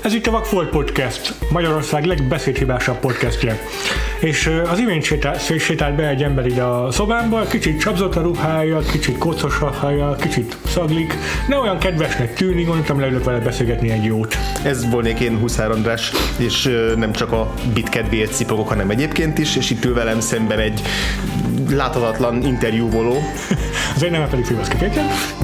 Ez itt a Vagfolt Podcast, Magyarország legbeszédhibásabb podcastje. És az imént sétált be egy ember ide a szobámba, kicsit csapzott a ruhája, kicsit kocos a haja, kicsit szaglik, de olyan kedvesnek tűnik, gondoltam leülök vele beszélgetni egy jót. Ez volnék én, Huszár András, és nem csak a bit kedvéért szipogok, hanem egyébként is, és itt ül velem szemben egy láthatatlan interjúvoló. Az én nevem pedig Fibaszki Péter.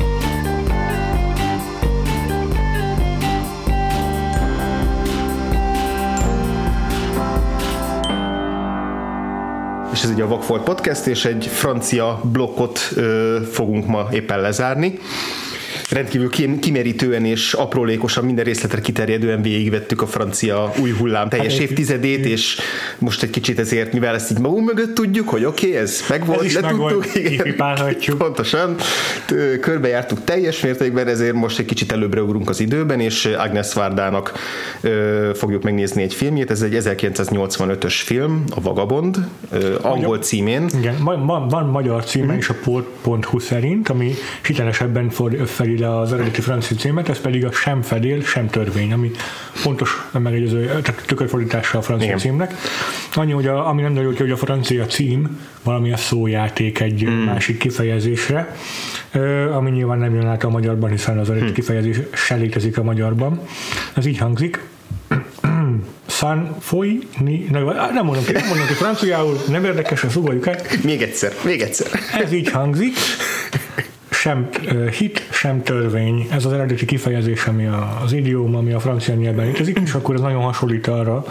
És ez ugye a Vagfolt Podcast, és egy francia blokkot fogunk ma éppen lezárni. Rendkívül kimerítően és aprólékosan, minden részletre kiterjedően végigvettük a francia új hullám teljes évtizedét, és most egy kicsit ezért, mivel ezt így magunk mögött tudjuk, hogy oké, ez megvolt, letudtuk, pontosan, körbejártuk teljes mértékben, ezért most egy kicsit előbbre ugrunk az időben, és Agnes Vardának fogjuk megnézni egy filmjét, ez egy 1985-ös film, a Vagabond, angol címén. Igen, van magyar címen is a port.hu szerint, ami hitelesebben fedi le az eredeti francia címet, ez pedig a sem fedél, sem törvény, ami pontos megegyező, tükörfordítása a francia címnek. Annyi, hogy ami nem derült, hogy a francia cím valamilyen szójáték egy másik kifejezésre, ami nyilván nem jön át a magyarban, hiszen az eredeti kifejezés se létezik a magyarban. Ez így hangzik. Nem mondom ki franciául, nem érdekes, ezt ugorjuk el. Még egyszer. Ez így hangzik. Sem hit, sem törvény. Ez az eredeti kifejezés, ami az idióm, ami a francia nyelven létezik, és akkor ez nagyon hasonlít arra,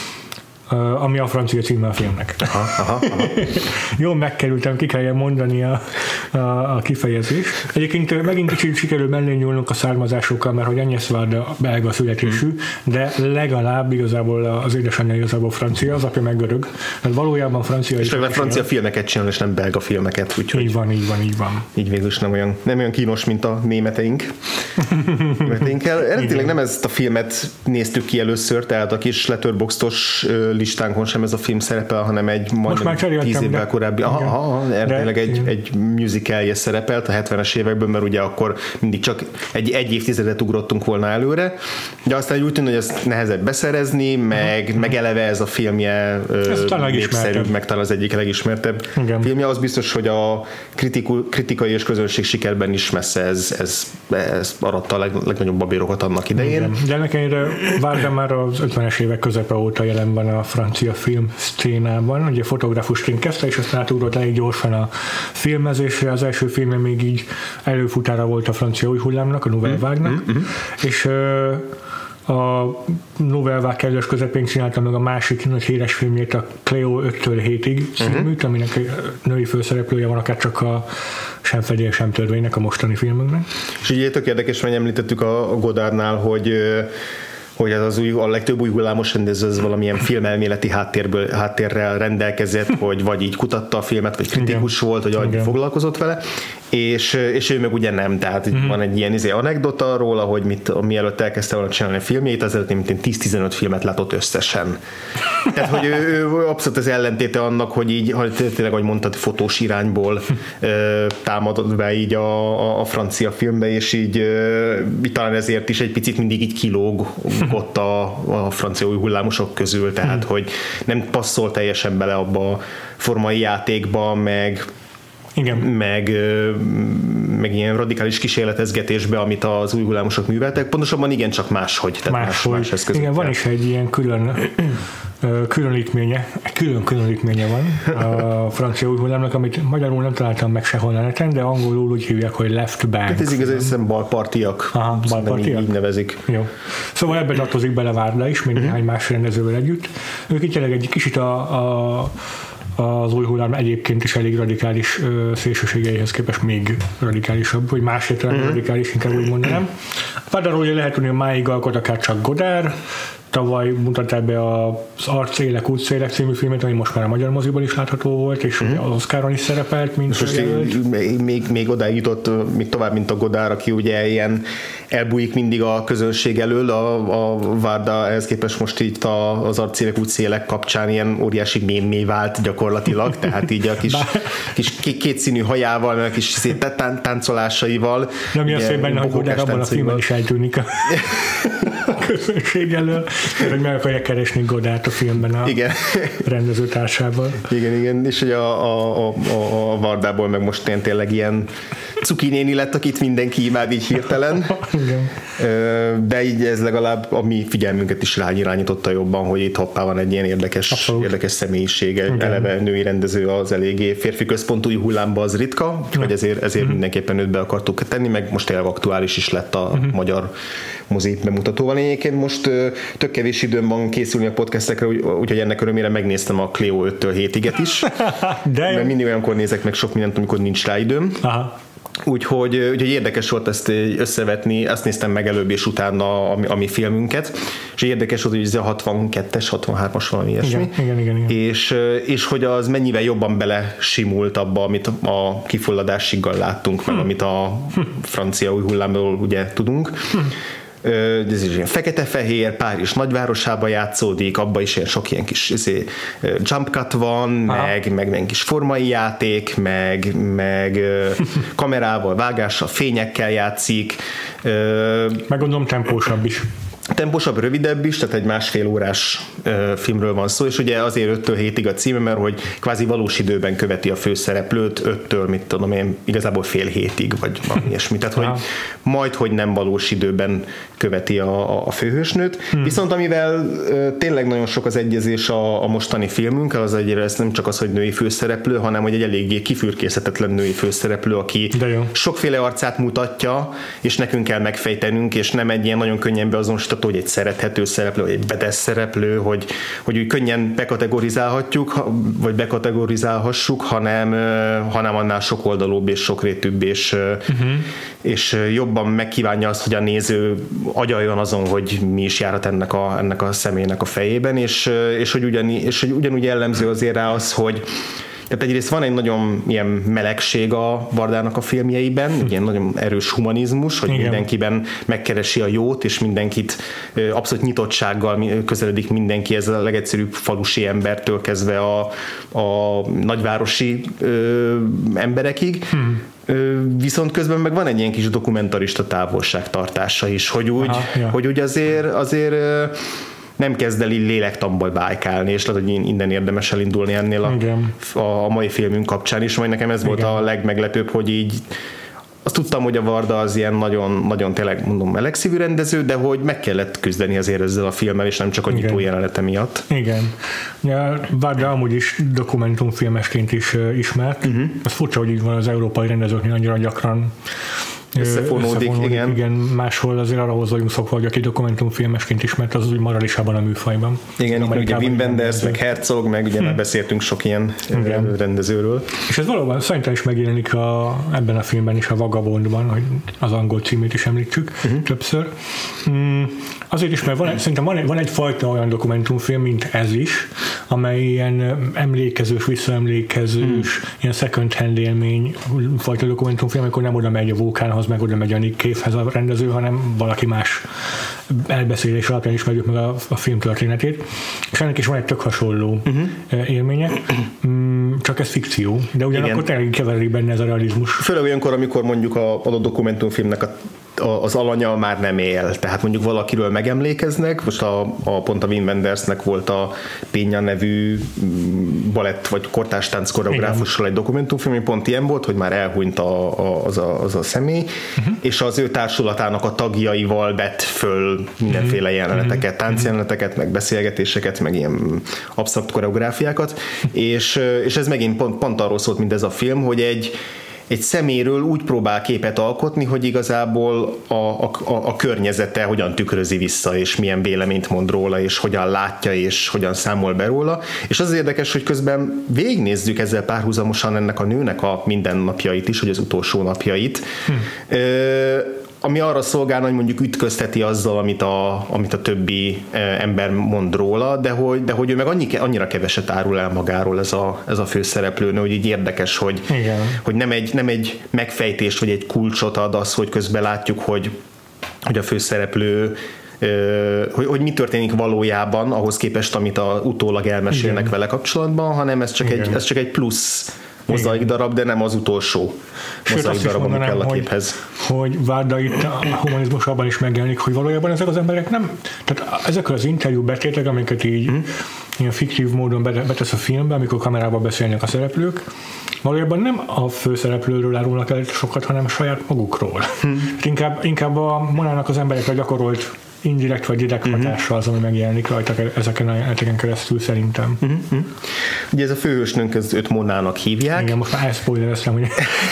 ami a francia címe a filmnek. Aha. Jól megkerültem, ki kell mondani a kifejezést. Egyébként megint kicsit sikerül mellé nyúlnunk a származásokkal, mert hogy Agnes Varda belga születésű, de legalább igazából az édesanyja igazából francia, az apja meg görög. Tehát valójában francia. És legalább francia filmeket csinál, és nem belga filmeket. Úgyhogy így van. Így végül is nem olyan kínos, mint a németeink. Eredetileg nem ezt a filmet néztük ki először, tehát a kis Letterboxdos listánkon sem ez a film szerepel, hanem egy majdnem 10 évvel korábbi. Eredetileg egy musicalje szerepelt a 70-es években, mert ugye akkor mindig csak egy évtizedet ugrottunk volna előre, de aztán úgy tűnt, hogy ezt nehezebb beszerezni, meg eleve ez a filmje népszerűbb, meg talán az egyik legismertebb filmje. Az biztos, hogy a kritikai és közönség sikerben is messze ez aratta a legnagyobb babérokat annak idején. Igen. De ennek ellenére Varda már az 50-es évek közepe óta jelen van a francia film szcénában. Ugye fotográfusként kezdte, és aztán átugrott elég gyorsan a filmezésre. Az első filmje még így előfutára volt a francia új hullámnak, a Nouvelle Vague-nak, és a Nouvelle Vague kellős közepén csináltam meg a másik nagy híres filmjét, a Cléo 5-től 7-ig címűt, aminek női főszereplője van, akár csak a sem fedél, sem törvénynek, a mostani filmünknek. És így tök érdekes, hogy említettük a Godardnál, hogy a legtöbb új hullámos rendező az valamilyen filmelméleti háttérrel rendelkezett, hogy vagy így kutatta a filmet, vagy kritikus volt, vagy annyi foglalkozott vele, és ő meg ugye nem, tehát van egy ilyen anekdota róla, hogy mielőtt elkezdte volna csinálni a filmjét, azelőtt mint 10-15 filmet látott összesen. Tehát, hogy ő abszolút az ellentéte annak, hogy így, tényleg, ahogy mondtad, fotós irányból támadott be így a francia filmbe, és így talán ezért is egy picit mindig így kilóg ott a francia új hullámosok közül, tehát, hogy nem passzol teljesen bele abba a formai játékba, meg ilyen radikális kísérletezgetésbe, amit az új hullámosok műveltek, pontosabban igencsak máshogy. Más eszközökkel. Igen, van is egy ilyen különítménye van a francia új hullámnak, amit magyarul nem találtam meg sehol a neten, de angolul úgy hívják, hogy left bank. Hát ez igazán balpartiak. Balpartiak? Így nevezik. Jó. Szóval ebben tartozik bele Varda is, mint néhány más rendezővel együtt. Ők itt tényleg egy kicsit az új hullám egyébként is elég radikális szélsőségeihez képest még radikálisabb, vagy más értelemben radikális, inkább úgy mondanám. Vardáról ugye lehet tudni, hogy máig alkot akár csak Godard, tavaly mutatták be az Arcélek, útszélek című filmet, ami most már a magyar moziban is látható volt, és az Oscaron is szerepelt, mint még odáig jutott, még tovább, mint a Godard, aki ugye ilyen elbújik mindig a közönség elől, a Varda ehhez képest most így az arcélek úgy szélek kapcsán ilyen óriási mémé vált gyakorlatilag, tehát így a kis kétszínű hajával, meg a kis táncolásaival. De mi azt, hogy benne, hogy Godard abban a filmben is eltűnik a közönség elől, hogy meg akarják keresni Godardt a filmben a rendezőtársával. Igen, és hogy a Vardából meg most tényleg ilyen cuki néni lett, akit mindenki imád így hirtelen. De így ez legalább a mi figyelmünket is ráirányította jobban, hogy itt hoppá van egy ilyen érdekes személyiség, eleve női rendező az eléggé férfi központú hullámba az ritka, hogy ezért mindenképpen őt be akartuk tenni, meg most tényleg aktuális is lett a magyar mozi bemutatóval. Egyébként most tök kevés időm van készülni a podcastekre, úgyhogy ennek örömére megnéztem a Cleo 5-től 7-iget is. Mert mindig olyankor nézek meg sok mindent, amikor nincs rá időm. Aha. Úgyhogy érdekes volt ezt összevetni, azt néztem meg előbb és utána a mi filmünket, és érdekes volt, hogy ez a 62-es, 63-as valami ilyesmi, igen. És hogy az mennyivel jobban belesimult abba, amit a Kifulladásig láttunk, meg amit a francia új hullámból ugye tudunk. Ez is ilyen fekete-fehér, Párizs nagyvárosába játszódik, abban is ilyen sok ilyen kis jump cut van, meg kis formai játék, meg kamerával, vágással, fényekkel játszik. Meg gondolom tempósabb is. Temposabb, rövidebb is, tehát egy 1,5 órás filmről van szó, és ugye azért 5-től 7-ig a címe, mert hogy kvázi valós időben követi a főszereplőt, 5-től, mit tudom én, igazából fél hétig, vagy valami ilyesmi, tehát hogy majdhogy nem valós időben követi a főhősnőt. Viszont amivel tényleg nagyon sok az egyezés a mostani filmünkkel, az egyre ez nem csak az, hogy női főszereplő, hanem hogy egy eléggé kifürkészhetetlen női főszereplő, aki sokféle arcát mutatja, és nekünk kell megfejtenünk, és nem egy ilyen nagyon könnyen beazonosítható, hogy egy szerethető szereplő, vagy egy bedes szereplő, hogy úgy könnyen bekategorizálhatjuk, vagy bekategorizálhassuk, hanem annál sokoldalúbb és sokrétűbb, és jobban megkívánja azt, hogy a néző agyaljon azon, hogy mi is járhat ennek a személynek a fejében, és hogy ugyanúgy jellemző azért rá az, hogy tehát egyrészt van egy nagyon ilyen melegség a Vardának a filmjeiben, ilyen nagyon erős humanizmus, hogy mindenkiben megkeresi a jót, és mindenkit abszolút nyitottsággal közeledik mindenki, ez a legegyszerűbb falusi embertől kezdve a nagyvárosi emberekig. Viszont közben meg van egy ilyen kis dokumentarista távolságtartása is, hogy úgy azért nem kezd el így lélektamból bájkálni, és lehet, hogy innen érdemes elindulni ennél a mai filmünk kapcsán is, majd nekem ez volt a legmeglepőbb, hogy így azt tudtam, hogy a Varda az ilyen nagyon, nagyon tényleg mondom melegszívű rendező, de hogy meg kellett küzdeni azért ezzel a filmmel, és nem csak a nyitó jelenete miatt. Igen. Ja, Varda amúgy is dokumentumfilmesként is ismert. Ez furcsa, hogy így van az európai rendezőknél annyira gyakran összefonódik, igen, máshol azért arra hozzá vagyunk szokva, hogy aki dokumentumfilmesként ismert, az úgy marad is abban a műfajban. Igen, ugye Wim Wenders, meg Herzog, meg ugye már beszéltünk sok ilyen rendezőről. És ez valóban szerintem is megjelenik ebben a filmben is, a Vagabondban, hogy az angol címét is említsük többször. Azért is, mert szerintem van egyfajta olyan dokumentumfilm, mint ez is, amely ilyen emlékezős, visszaemlékezős, ilyen second hand élmény fajta dokumentumfilm, amikor nem oda megy a Vulkánhoz, meg oda megy a Nick Cave-hez a rendező, hanem valaki más elbeszélés alapján ismerjük meg a film történetét. És ennek is van egy tök hasonló élménye, csak ez fikció, de ugyanakkor tényleg keverik benne ez a realizmus. Főleg olyankor, amikor mondjuk a dokumentumfilmnek az alanya már nem él. Tehát mondjuk valakiről megemlékeznek, most pont a Wim Wendersnek volt a Pénya nevű balett vagy kortárs-tánc koreográfusról egy dokumentumfilm, ami pont ilyen volt, hogy már elhunyt az a személy, és az ő társulatának a tagjaival vett föl mindenféle jeleneteket, táncjeleneteket, meg beszélgetéseket, meg ilyen absztrakt koreográfiákat, és ez megint pont arról szólt, mint ez a film, hogy egy szeméről úgy próbál képet alkotni, hogy igazából a környezete hogyan tükrözi vissza, és milyen véleményt mond róla, és hogyan látja, és hogyan számol be róla. És az érdekes, hogy közben végignézzük ezzel párhuzamosan ennek a nőnek a mindennapjait is, hogy az utolsó napjait, ami arra szolgálna, hogy mondjuk ütközteti azzal, amit a többi ember mond róla, de hogy ő meg annyira keveset árul el magáról ez a főszereplőnő, hogy így érdekes, hogy nem egy megfejtést vagy egy kulcsot ad az, hogy közben látjuk, hogy a főszereplő hogy mi történik valójában ahhoz képest, amit utólag elmesélnek igen. vele kapcsolatban, hanem ez csak egy plusz mozaik darab, de nem az utolsó mozaik darab, ami kell a képhez. Hogy Varda itt a humanizmus abban is megjelenik, hogy valójában ezek az emberek nem, tehát ezek az interjú betétek, amiket így ilyen fiktív módon betesz a filmbe, amikor kamerában beszélnek a szereplők, valójában nem a főszereplőről árulnak el sokat, hanem saját magukról. Inkább a Monának az emberekre gyakorolt indirekt vagy direkt hatása az, ami megjelenik rajta ezeken keresztül szerintem. Ugye ez a főhősnőnk, őt Monának hívják. Igen, most már elszpoilereztem, hogy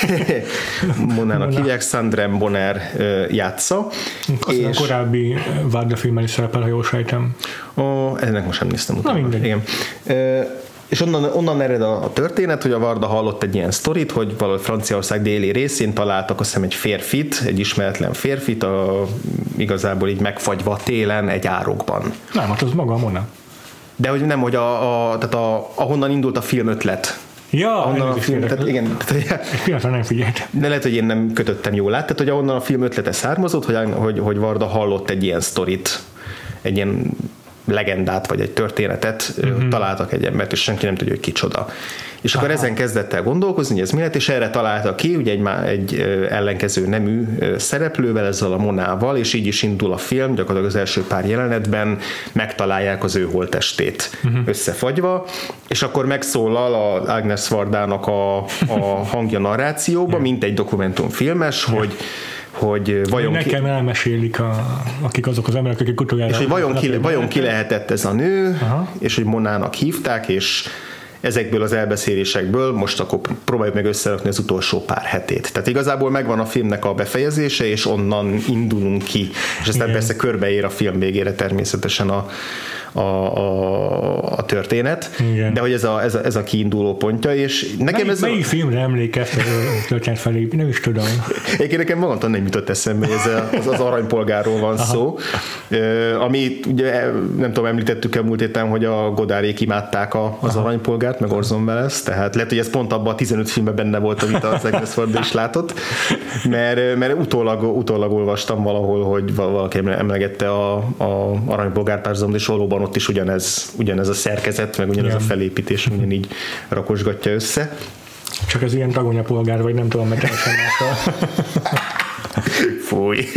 Monának hívják, Sandrine Bonnaire játsza. És a korábbi Varda filmmel is szerepel, ha jól sejtem. Ennek most sem néztem utána. Na mindegy. Igen. És onnan ered a történet, hogy a Varda hallott egy ilyen sztorit, hogy valahogy Franciaország déli részén találtak azt hiszem egy férfit, egy ismeretlen férfit, igazából így megfagyva télen egy árokban. Nem, hát az maga a Mona. De hogy nem, hogy tehát ahonnan indult a film ötlet. Ja, ahonnan a film, tehát igen. Egy pillanatra nem figyeltem. De lehet, hogy én nem kötöttem jól át, tehát hogy ahonnan a film ötlete származott, hogy Varda hallott egy ilyen sztorit, egy ilyen legendát, vagy egy történetet, találtak egy embert, és senki nem tudja, hogy kicsoda. És akkor ezen kezdett el gondolkozni, hogy ez mi lett, és erre találta ki, ugye egy ellenkező nemű szereplővel, ezzel a Monával, és így is indul a film, gyakorlatilag az első pár jelenetben megtalálják az ő holttestét összefagyva, és akkor megszólal az Agnes Vardának a hangja narrációba, mint egy dokumentumfilmes, hogy vajon nekem elmesélik akik azok az emberek, akik utoljára... És hogy vajon ki lehetett ez a nő, és hogy Monának hívták, és ezekből az elbeszélésekből most akkor próbáljuk meg összerakni az utolsó pár hetét. Tehát igazából megvan a filmnek a befejezése, és onnan indulunk ki. És aztán persze körbeér a film végére természetesen a történet, igen. De hogy ez a kiinduló pontja, és nekem melyik filmre emlékeztet a történet felé? Nem is tudom. Egyébként nekem magamtól nem jutott eszembe, hogy ez az aranypolgárról van szó, ami ugye nem tudom, említettük el múlt héten, hogy a Godárék imádták az aranypolgárt, meg Orson Welles, tehát lehet, hogy ez pont abban a 15 filmben benne volt, amit az Agnes Varda is látott, mert utólag olvastam valahol, hogy valaki emlegette a aranypolgár párhuzamot, és valóban ott is ugyanez a szerkezet, meg ugyanez a felépítés ugyanígy rakosgatja össze. Csak ez ilyen tagonyapolgár, vagy nem tudom, meg teljesen mással. Fúj.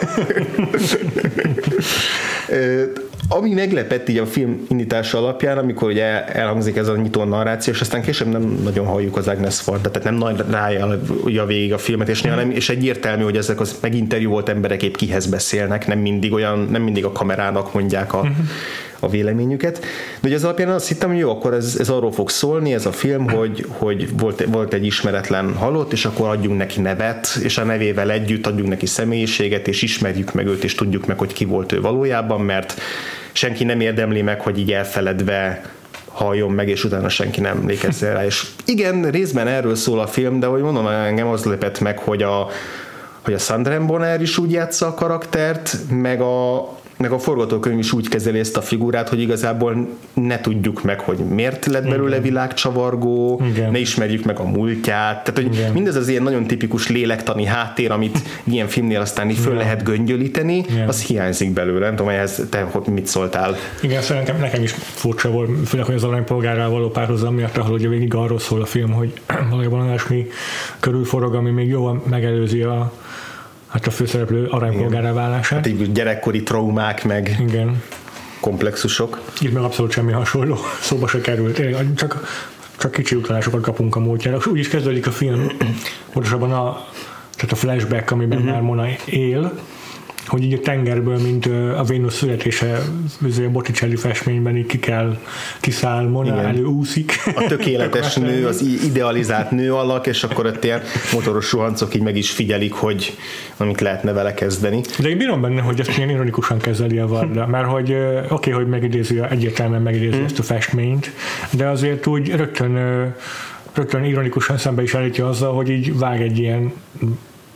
Ami meglepett így a film indítása alapján, amikor ugye elhangzik ez a nyitó narráció, és aztán később nem nagyon halljuk az Agnes Varda, tehát nem nagy rájál végig a filmet, és egyértelmű, hogy ezek az meginterjúvolt emberek épp kihez beszélnek, nem mindig a kamerának mondják a véleményüket. De ugye az alapján azt hittem, hogy jó, akkor ez arról fog szólni, ez a film, hogy volt egy ismeretlen halott, és akkor adjunk neki nevet, és a nevével együtt adjunk neki személyiséget, és ismerjük meg őt, és tudjuk meg, hogy ki volt ő valójában, mert senki nem érdemli meg, hogy így elfeledve halljon meg, és utána senki nem emlékezzen rá. És igen, részben erről szól a film, de hogy mondom, engem az lepett meg, hogy a Sandrine Bonnaire is úgy játsza a karaktert, meg a forgatókönyv is úgy kezeli ezt a figurát, hogy igazából ne tudjuk meg, hogy miért lett belőle világcsavargó, ne ismerjük meg a múltját, tehát hogy mindez az ilyen nagyon tipikus lélektani háttér, amit ilyen filmnél aztán így föl lehet göngyölíteni, az hiányzik belőle. Nem tudom, ehhez te mit szóltál? Igen, szerintem nekem is furcsa volt, főleg, hogy az aranypolgárral való párhuzam miatt, ahol ugye végig arról szól a film, hogy valójában olyasmi körülforog, ami még jól megelőzi a főszereplő aranypolgárá válását. Hát így gyerekkori traumák, meg komplexusok. Itt meg abszolút semmi hasonló szóba se került. Csak kicsi utalásokat kapunk a múltjára. Úgy is kezdődik a film, pontosabban tehát a flashback, amiben már Mona él, hogy így a tengerből, mint a Vénusz születése a Botticelli festményben így kiszáll Mona, előúszik. A tökéletes nő, az idealizált nő alak, és akkor ott ilyen motoros suhancok így meg is figyelik, hogy amit lehetne vele kezdeni. De én bírom benne, hogy ezt ilyen ironikusan kezeli a Varda, mert hogy oké, hogy egyértelműen megidézi ezt a festményt, de azért úgy rögtön ironikusan szembe is állítja azzal, hogy így vág egy ilyen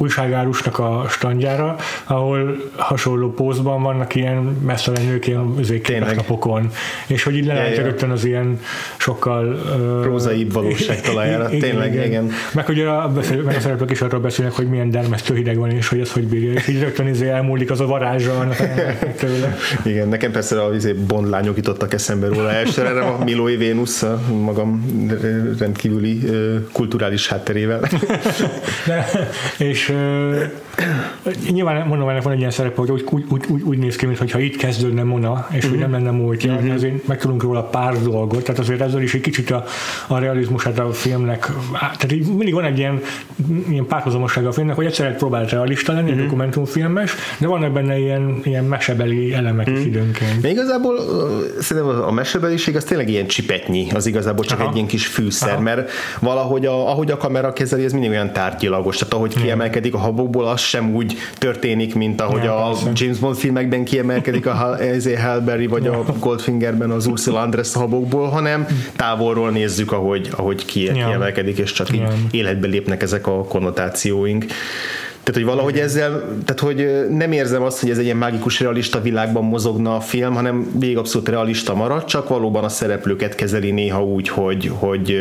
újságárusnak a standjára, ahol hasonló pózban vannak ilyen messzelen nők ilyen képesnapokon, és hogy így leállítja rögtön az ilyen sokkal prózaibb valóság talajára. Tényleg, igen. Meg hogy a szereplők is arról beszélnek, hogy milyen dermesztő hideg van, és hogy ez hogy bírja, és így rögtön elmúlik az a varázsa annak tőle. Igen, nekem persze a Bond lányok jutottak eszembe róla elsőre, a Milói Vénusz, a magam rendkívüli kulturális hátterével. És nyilván mondom, ennek van egy ilyen szerepe, hogy úgy néz ki, mintha itt kezdődne Mona, és hogy nem lenne múltja, azért megtudunk róla pár dolgot, tehát azért ezzel is egy kicsit a realizmusát a filmnek, tehát így mindig van egy ilyen párhuzamossága a filmnek, hogy egyszer próbált realista lenni, dokumentumfilmes, de vannak benne ilyen mesebeli elemek is időnként. De igazából szerintem a mesebeliség az tényleg ilyen csipetnyi, az igazából csak egy ilyen kis fűszer, mert valahogy ahogy a kamera kezeli, ez mindig olyan tárgyilagos, tehát ahogy kiemelkedik a habokból, az sem úgy történik, mint ahogy a James Bond filmekben kiemelkedik a Halle Berry vagy a Goldfingerben az Ursula Andress habokból, hanem távolról nézzük, ahogy kiemelkedik, és csak így életbe lépnek ezek a konnotációink. Tehát, hogy valahogy ezzel, tehát, hogy nem érzem azt, hogy ez egy ilyen mágikus realista világban mozogna a film, hanem végig abszolút realista marad, csak valóban a szereplőket kezeli néha úgy, hogy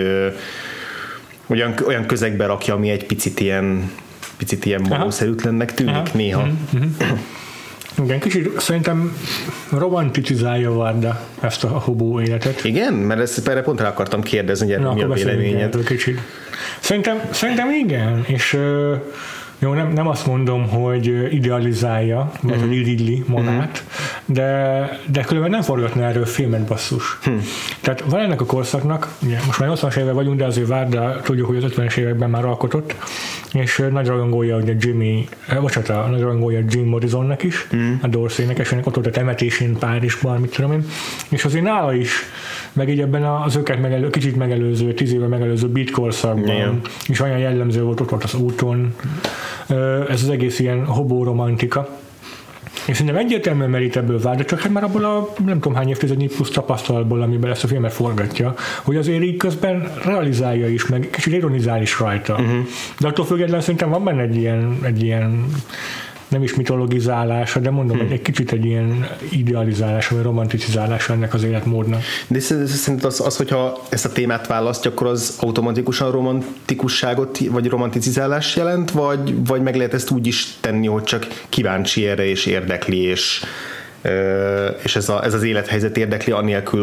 olyan közegbe rakja, ami egy picit ilyen valószerűtlennek tűnik néha. Igen, kicsit szerintem romanticizálja Varda ezt a hobó életet. Igen? Mert erre pont rá akartam kérdezni, hogy mi a véleményed. Szerintem igen, és jó, nem azt mondom, hogy idealizálja, vagy hogy iridli Monát, de különben nem forgatna erről filmet, basszus. Tehát van ennek a korszaknak, ugye, most már 80-as évek vagyunk, de azért Varda tudjuk, hogy az 50-es években már alkotott, és nagy rajongója ugye nagy rajongója Jim Morrisonnak is, a Dorseynek, és ennek ott volt a temetésén Párizsban, mit tudom én, és azért nála is, meg így ebben az őket kicsit megelőző, 10 éve megelőző beat korszakban, és olyan jellemző volt, ott volt az úton, ez az egész ilyen hobó romantika. És szerintem egyértelműen merít ebből Varda, csak hát már abból a nem tudom hány évtizednyi plusz tapasztalatból, amiben ezt a filmet forgatja, hogy azért így közben realizálja is, meg kicsit ironizál is rajta. De attól függetlenül szerintem van benne egy ilyen nem is mitologizálása, de mondom, egy kicsit egy ilyen idealizálása, vagy romanticizálás ennek az életmódnak. De szerinted az, hogyha ezt a témát választja, akkor az automatikusan romantikusságot, vagy romanticizálás jelent, vagy meg lehet ezt úgy is tenni, hogy csak kíváncsi erre, és érdekli, és ez az élethelyzet érdekli, anélkül,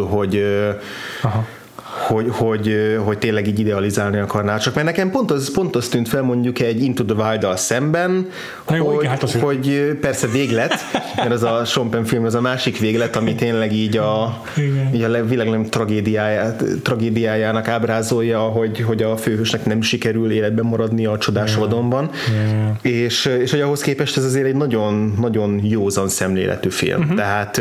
hogy tényleg így idealizálni akarná. Csak mert nekem pont az tűnt fel mondjuk egy Into the Wild-dal szemben, hogy persze véglet, mert az a Sean Penn film az a másik véglet, ami tényleg így a világ tragédiájának ábrázolja, hogy a főhősnek nem sikerül életben maradni a csodás vadonban. És hogy ahhoz képest ez azért egy nagyon, nagyon józan szemléletű film. Tehát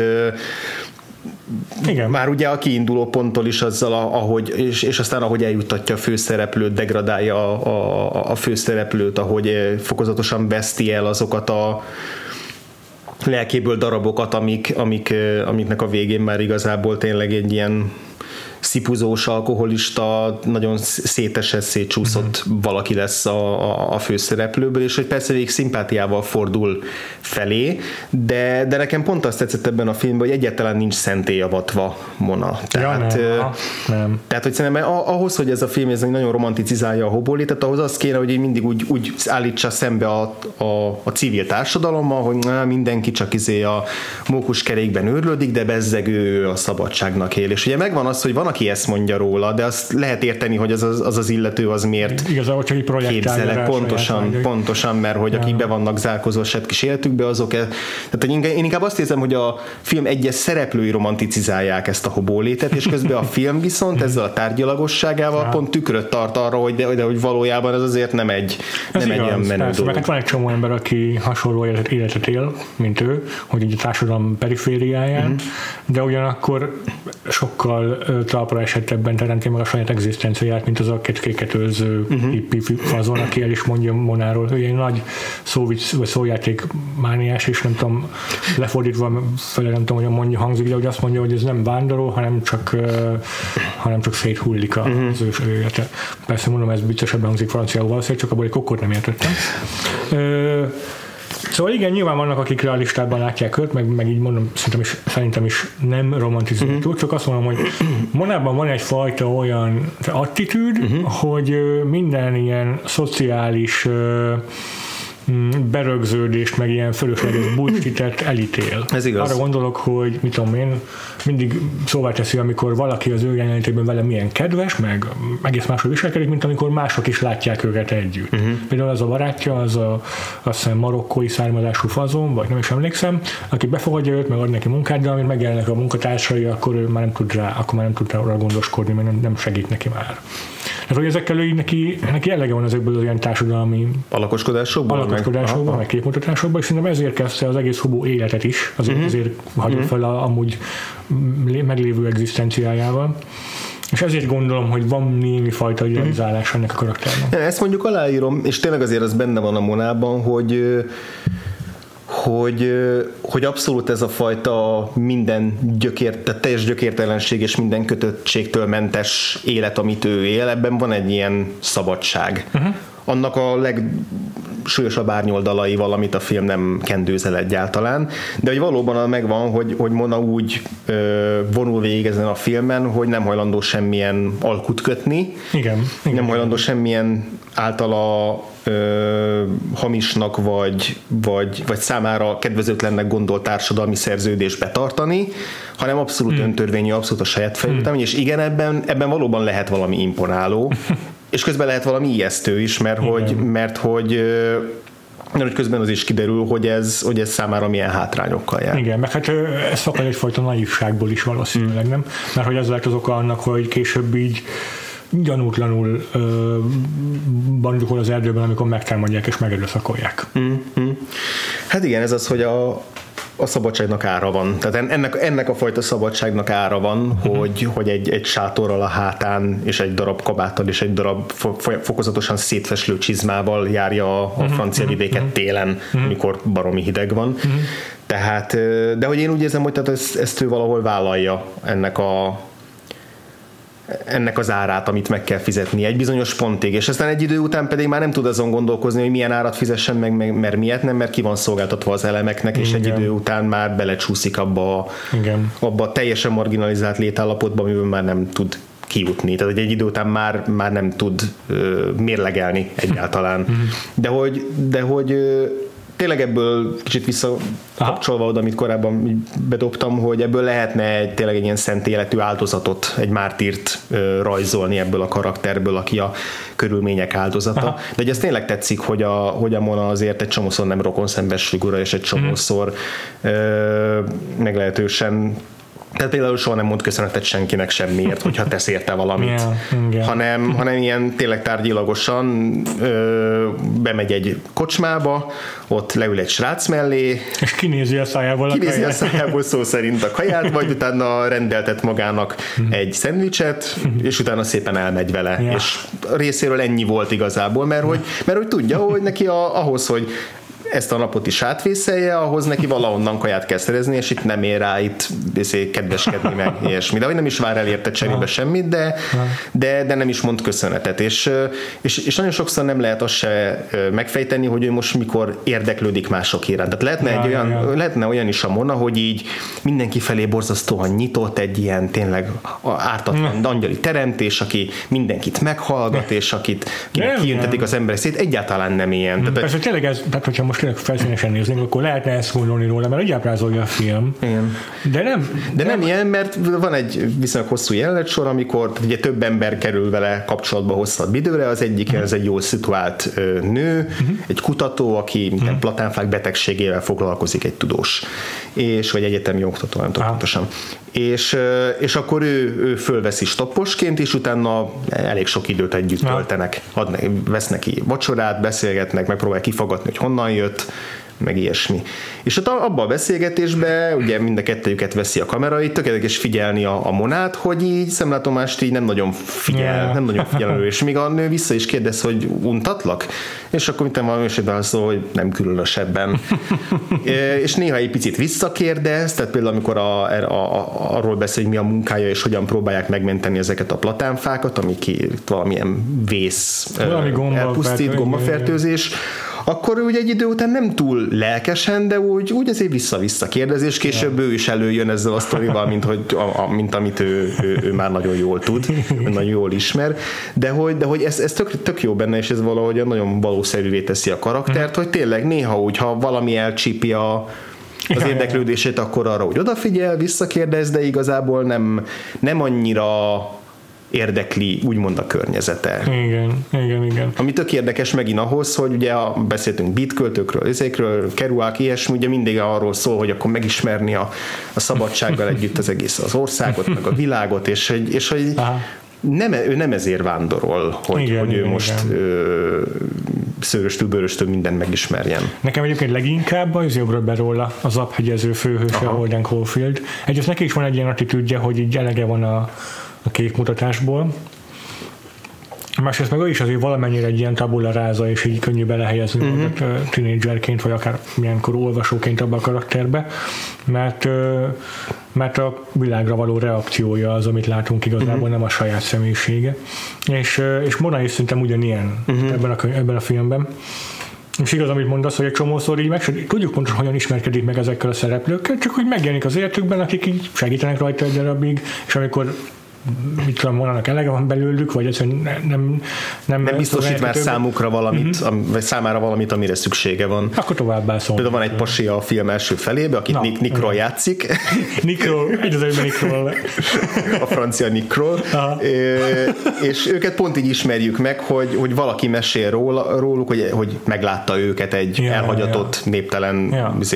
igen. Már ugye a kiinduló ponttól is azzal, és aztán ahogy eljuttatja a főszereplőt, degradálja a főszereplőt, ahogy fokozatosan veszti el azokat a lelkéből darabokat, amiknek a végén már igazából tényleg egy ilyen szipuzós, alkoholista, nagyon szétesett, szétcsúszott valaki lesz a főszereplőből, és hogy persze végig szimpátiával fordul felé, de nekem pont azt tetszett ebben a filmben, hogy egyáltalán nincs szentélyavatva Mona. Tehát, nem. Tehát, hogy szerintem ahhoz, hogy ez a film ez nagyon romanticizálja a hobolétet, ahhoz az kéne, hogy mindig úgy állítsa szembe a civil társadalommal, hogy mindenki csak a mókuskerékben őrlődik, de bezzeg ő a szabadságnak él. És ugye megvan az, hogy van, aki ezt mondja róla, de azt lehet érteni, hogy az illető az miért képzelek pontosan, mert hogy akik be vannak zárkozva a saját kis életükbe, azok. Tehát én inkább azt érzem, hogy a film egyes szereplői romanticizálják ezt a hobolétet, és közben a film viszont ezzel a tárgyalagosságával pont tükröt tart arra, hogy valójában ez azért nem egy olyan menő dolog. Hát van egy csomó ember, aki hasonló életet él, mint ő, hogy így a társadalom perifériáján, de ugyanakkor sokkal talpra esettebben teremti meg a saját egzisztenciáját, mint az a kecskéket őrző hippi fazon, aki el is mondja Monáról, hogy egy nagy szójáték mániás, és nem tudom, lefordítva fele nem tudom, hogy mondja, hangzik, de hogy azt mondja, hogy ez nem vándorol, hanem csak széthullik az ő élete. Persze mondom, ez viccesebben hangzik franciául valószínűleg, csak abból egy kokkot nem értettem. Szóval igen, nyilván vannak, akik realistában látják őt, meg így mondom, szerintem is nem romantizálni túl, csak azt mondom, hogy Monában van egyfajta olyan attitűd, hogy minden ilyen szociális berögződést, meg ilyen fölösleges bullshit-et elítél. Ez igaz. Arra gondolok, hogy mit tudom én, mindig szóvá teszi, amikor valaki az ő jelenlétében vele milyen kedves, meg egész máshogy viselkedik, mint amikor mások is látják őket együtt. Például az a barátja, azt hiszem marokkói származású fazon, vagy nem is emlékszem, aki befogadja őt, meg ad neki munkát, de amint megjelennek a munkatársai, akkor ő már nem tud rá gondoskodni, mert nem segít neki már. Tehát, hogy ezekkel neki elege van ezekből az ilyen társadalmi alakoskodásokból, meg képmutatásokból, és szerintem ezért kezdte az egész Hubo életet is, azért hagyott fel amúgy meglévő egzisztenciájával. És ezért gondolom, hogy van némi fajta idealizálás ennek a karakternek. Ezt mondjuk aláírom, és tényleg azért az benne van a Monában, hogy abszolút ez a fajta minden teljes gyökértelenség és minden kötöttségtől mentes élet, amit ő él, ebben van egy ilyen szabadság. Annak a legsúlyosabb árnyoldalaival, amit a film nem kendőzel egyáltalán, de hogy valóban megvan, hogy Mona úgy vonul végig ezen a filmen, hogy nem hajlandó semmilyen alkut kötni, nem hajlandó semmilyen általa hamisnak vagy számára kedvezőtlennek gondolt társadalmi szerződést betartani, hanem abszolút öntörvényű, abszolút a saját fejlődmény, és igen, ebben valóban lehet valami imponáló, és közben lehet valami ijesztő is, mert hogy közben az is kiderül, hogy ez számára milyen hátrányokkal jár. Igen, meg hát ez fakad egyfajta naivságból is valószínűleg, nem? Mert hogy ez lehet az oka annak, hogy később így gyanútlanul bandukol az erdőben, amikor megtámadják és megerőszakolják. Hát igen, ez az, hogy a szabadságnak ára van. Tehát ennek a fajta szabadságnak ára van, hogy egy sátorral a hátán, és egy darab kabáttal, és egy darab fokozatosan szétfeslő csizmával járja a francia vidéket télen, amikor baromi hideg van. Tehát, de hogy én úgy érzem, hogy tehát ezt ő valahol vállalja ennek az árát, amit meg kell fizetni egy bizonyos pontig, és aztán egy idő után pedig már nem tud azon gondolkozni, hogy milyen árat fizessen meg, mert miért nem, mert ki van szolgáltatva az elemeknek, és egy idő után már belecsúszik abba a teljesen marginalizált létállapotba, amiből már nem tud kijutni. Tehát egy idő után már nem tud mérlegelni egyáltalán. De hogy tényleg ebből kicsit visszakapcsolva oda, amit korábban bedobtam, hogy ebből lehetne tényleg egy ilyen szent életű áldozatot, egy mártírt rajzolni ebből a karakterből, aki a körülmények áldozata. Aha. De hogy ez tényleg tetszik, hogy a Mona azért egy csomószor nem rokonszembes figura, és egy csomószor meglehetősen. Tehát például soha nem mond köszönetet senkinek semmiért, hogyha tesz érte valamit, hanem ilyen tényleg tárgyilagosan bemegy egy kocsmába, ott leül egy srác mellé, és kinézi a szájából szó szerint a kaját, vagy utána rendeltet magának egy szendvicset, és utána szépen elmegy vele. És részéről ennyi volt igazából, mert hogy tudja, hogy neki ahhoz, hogy ezt a napot is átvészelje, ahhoz neki valahonnan kaját kell szerezni, és itt nem ér rá itt kedveskedni meg ilyesmi. De hogy nem is vár el érte cserébe semmit, de nem is mond köszönetet. És nagyon sokszor nem lehet azt se megfejteni, hogy ő most mikor érdeklődik mások iránt. Tehát lehetne olyan is a Mona, hogy így mindenki felé borzasztóan nyitott, egy ilyen tényleg ártatlan angyali teremtés, aki mindenkit meghallgat, és akit kiüntetik az emberek szét. Egyáltalán nem ilyen. Persze tényleg ez, tehát hogyha most tényleg felszínesen néznénk, akkor lehetne ezt gondolni róla, mert úgy ábrázolja a film. Igen. De nem ilyen, mert van egy viszonylag hosszú jelenetsor, amikor ugye több ember kerül vele kapcsolatba hosszabb időre, az egyik ez egy jól szituált nő, egy kutató, aki minden platánfák betegségével foglalkozik, egy tudós, vagy egyetemi oktató, nem tudom pontosan. És akkor ő fölveszi stopposként, és utána elég sok időt együtt töltenek. Vesz neki vacsorát, beszélgetnek, megpróbálják kifogatni, hogy honnan jött, meg ilyesmi. És ott abban a beszélgetésben ugye mind a kettőjüket veszi a kamera, itt tökéletes figyelni a Monát, hogy így szemlátomást így nem nagyon figyel, és még a nő vissza is kérdez, hogy untatlak? És akkor mint valami esetben szól, hogy nem különösebben. És néha egy picit visszakérdez, tehát például amikor arról beszél, hogy mi a munkája, és hogyan próbálják megmenteni ezeket a platánfákat, amik valamilyen vész, elpusztít, gombafertőzés, akkor ugye egy idő után nem túl lelkesen, de úgy azért vissza-vissza kérdez, és később ő is előjön ezzel a sztorival, mint amit ő már nagyon jól tud, nagyon jól ismer, de hogy ez tök jó benne, és ez valahogy nagyon valószerűvé teszi a karaktert, hogy tényleg néha úgy, ha valami elcsípi az érdeklődését, akkor arra úgy odafigyel, visszakérdez, de igazából nem annyira érdekli úgymond a környezete. Igen. Ami tök érdekes megint ahhoz, hogy ugye beszéltünk beatköltőkről, ezekről, Kerouac, ilyesmi, ugye mindig arról szól, hogy akkor megismerni a szabadsággal együtt az egész az országot, meg a világot, és hogy ő nem ezért vándorol, hogy ő most szőröstől, bőröstől mindent megismerjen. Nekem egyébként leginkább az jobbra be róla az aphegyező főhőse, Holden Caulfield. Egyrészt neki is van egy ilyen attitűdje, hogy így elege van a képmutatásból. Másrészt meg ő is azért valamennyire egy ilyen tabula ráza, és így könnyű belehelyezni tínédzserként, vagy akár milyenkor olvasóként abba a karakterbe, mert a világra való reakciója az, amit látunk igazából, nem a saját személyisége. És Mona is szerintem ugyanilyen ebben a filmben. És igaz, amit mondasz, hogy egy csomószor így tudjuk pontosan, hogyan ismerkedik meg ezekkel a szereplőkkel, csak hogy megjelenik az életükben, akik így segítenek rajta egy darabig, és amikor mit tudom, Monának elege van belőlük, vagy egyszerűen nem biztosít már számukra valamit, vagy számára valamit, amire szüksége van. Akkor továbbá szól. Például van egy pasi a film első felébe, akit Nick Kroll játszik. Nick Kroll, egyszerűen Nick Kroll. A francia Nick Kroll. És őket pont így ismerjük meg, hogy valaki mesél róluk, hogy meglátta őket egy elhagyatott, néptelen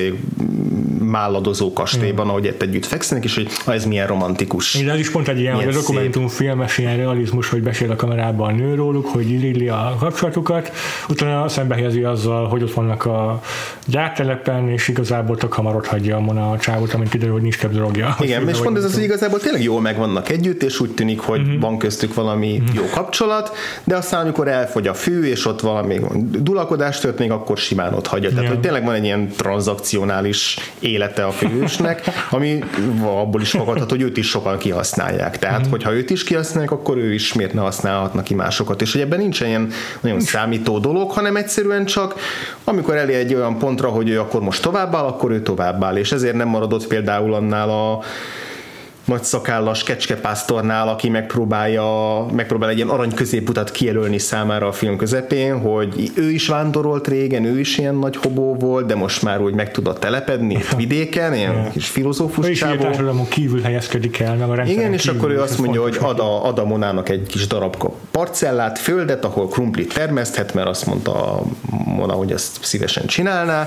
málladozó kastélyban, ahogy együtt fekszenek, és hogy ez milyen romantikus. De ez is pont egy ilyen, hogy a dokumentumfilmes ilyen realizmus, hogy beszél a kamerában a nő róluk, hogy írili a kapcsolatukat, utána szembehelyezi azzal, hogy ott vannak a gyártelepen, és igazából tök hamar ott hagyja a Mona a csávot, amint kiderül, hogy nincs több drogja. Igen, és pont ez az, hogy igazából tényleg jól megvannak együtt, és úgy tűnik, hogy van köztük valami jó kapcsolat, de aztán amikor elfogy a fű, és ott valami dulakodás történik, akkor simán ott hagyja. Tehát, hogy tényleg van egy ilyen tranzakcionális élete a főhősnek, ami abból is fogadhat, hogy őt is sokan kihasználják. Tehát, hogyha őt is kihasználják, akkor ő is miért ne használhatna ki másokat. És hogy ebben nincs ilyen nagyon számító dolog, hanem egyszerűen csak amikor elér egy olyan pontra, hogy ő akkor most továbbáll, akkor ő továbbáll. És ezért nem maradott például annál a nagy szakállas kecskepásztornál, aki megpróbál egy ilyen arany középutat kijelölni számára a film közepén, hogy ő is vándorolt régen, ő is ilyen nagy hobó volt, de most már úgy meg tudott telepedni vidéken, ilyen kis filozófus csávó. Ő is társadalmon kívül helyezkedik el, meg a rendszeren. Igen, és akkor ő azt mondja, hogy ad a Monának egy kis darabka parcellát, földet, ahol krumplit termeszthet, mert azt mondta a Mona, hogy ezt szívesen csinálná,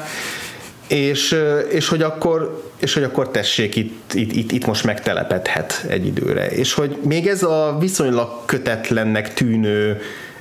és hogy akkor tessék, itt most megtelepedhet egy időre. És hogy még ez a viszonylag kötetlennek tűnő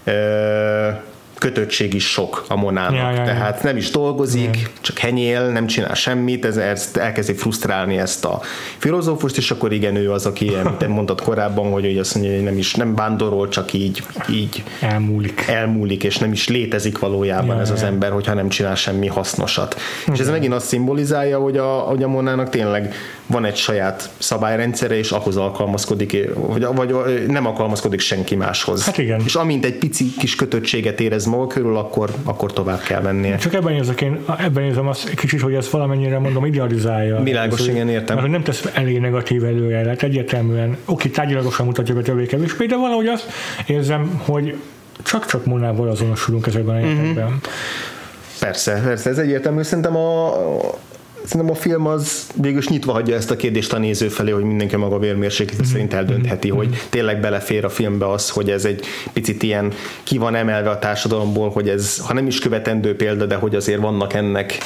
kötöttség is sok a Monának. Tehát nem is dolgozik, csak henyél, nem csinál semmit, ezt elkezdi frusztrálni ezt a filozófust, és akkor igen, ő az, aki amit mondtad korábban, hogy azt mondja, hogy nem vándorol, csak így elmúlik, és nem is létezik valójában ez az ember, hogyha nem csinál semmi hasznosat. És ez megint azt szimbolizálja, hogy a Monának tényleg van egy saját szabályrendszere, és ahhoz alkalmazkodik, vagy nem alkalmazkodik senki máshoz. Hát igen. És amint egy pici kis kötöttséget érez maga körül, akkor tovább kell mennie. Csak ebben érzem azt kicsit, hogy ez valamennyire mondom idealizálja. Világos, igen, értem. Mert nem tesz elég negatív előjelet, egyértelműen tárgyilagosan mutatja be többé-kevésbé, de valahogy azt érzem, hogy csak Monával azonosulunk ezekben a életekben. Persze, ez egyértelmű. Szerintem a film az végülis nyitva hagyja ezt a kérdést a néző felé, hogy mindenki maga vérmérséklete szerint eldöntheti, hogy tényleg belefér a filmbe az, hogy ez egy picit ilyen ki van emelve a társadalomból, hogy ez, ha nem is követendő példa, de hogy azért vannak ennek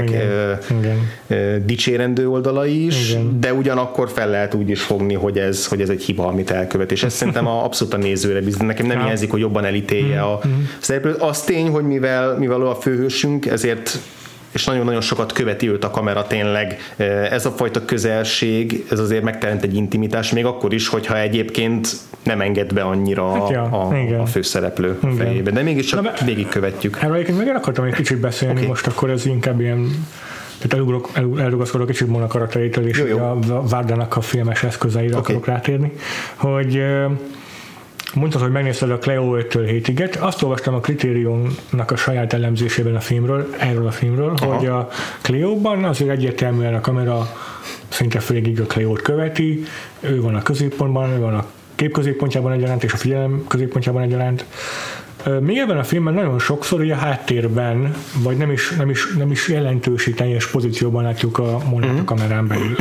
dicsérendő oldalai is, de ugyanakkor fel lehet úgy is fogni, hogy ez egy hiba, amit elkövet, és ez szerintem abszolút a nézőre bízik. Nekem nem hiányzik, hogy jobban elítélje a szereplőt. Az tény, hogy mivel a főhősünk, ezért és nagyon-nagyon sokat követi őt a kamera tényleg. Ez a fajta közelség, ez azért megteremt egy intimitás, még akkor is, hogyha egyébként nem enged be annyira a főszereplő fejébe, de mégiscsak végigkövetjük. Erről egyébként meg el akartam egy kicsit beszélni, most akkor ez inkább ilyen, tehát elrugaszkodok kicsit Mona karakterétől, és a Vardának a filmes eszközeire akarok rátérni, hogy mondtad, hogy megnézted a Cleo 5-től 7-et. Azt olvastam a Criterionnak a saját elemzésében erről a filmről, hogy a Cleo-ban azért egyértelműen a kamera szinte félig a Cleo-t követi, ő van a középpontban, ő van a kép középpontjában egyaránt, és a figyelem középpontjában egyaránt. Még ebben a filmben nagyon sokszor ugye a háttérben, vagy nem is jelentősi teljes pozícióban látjuk a Monát a kamerán belül.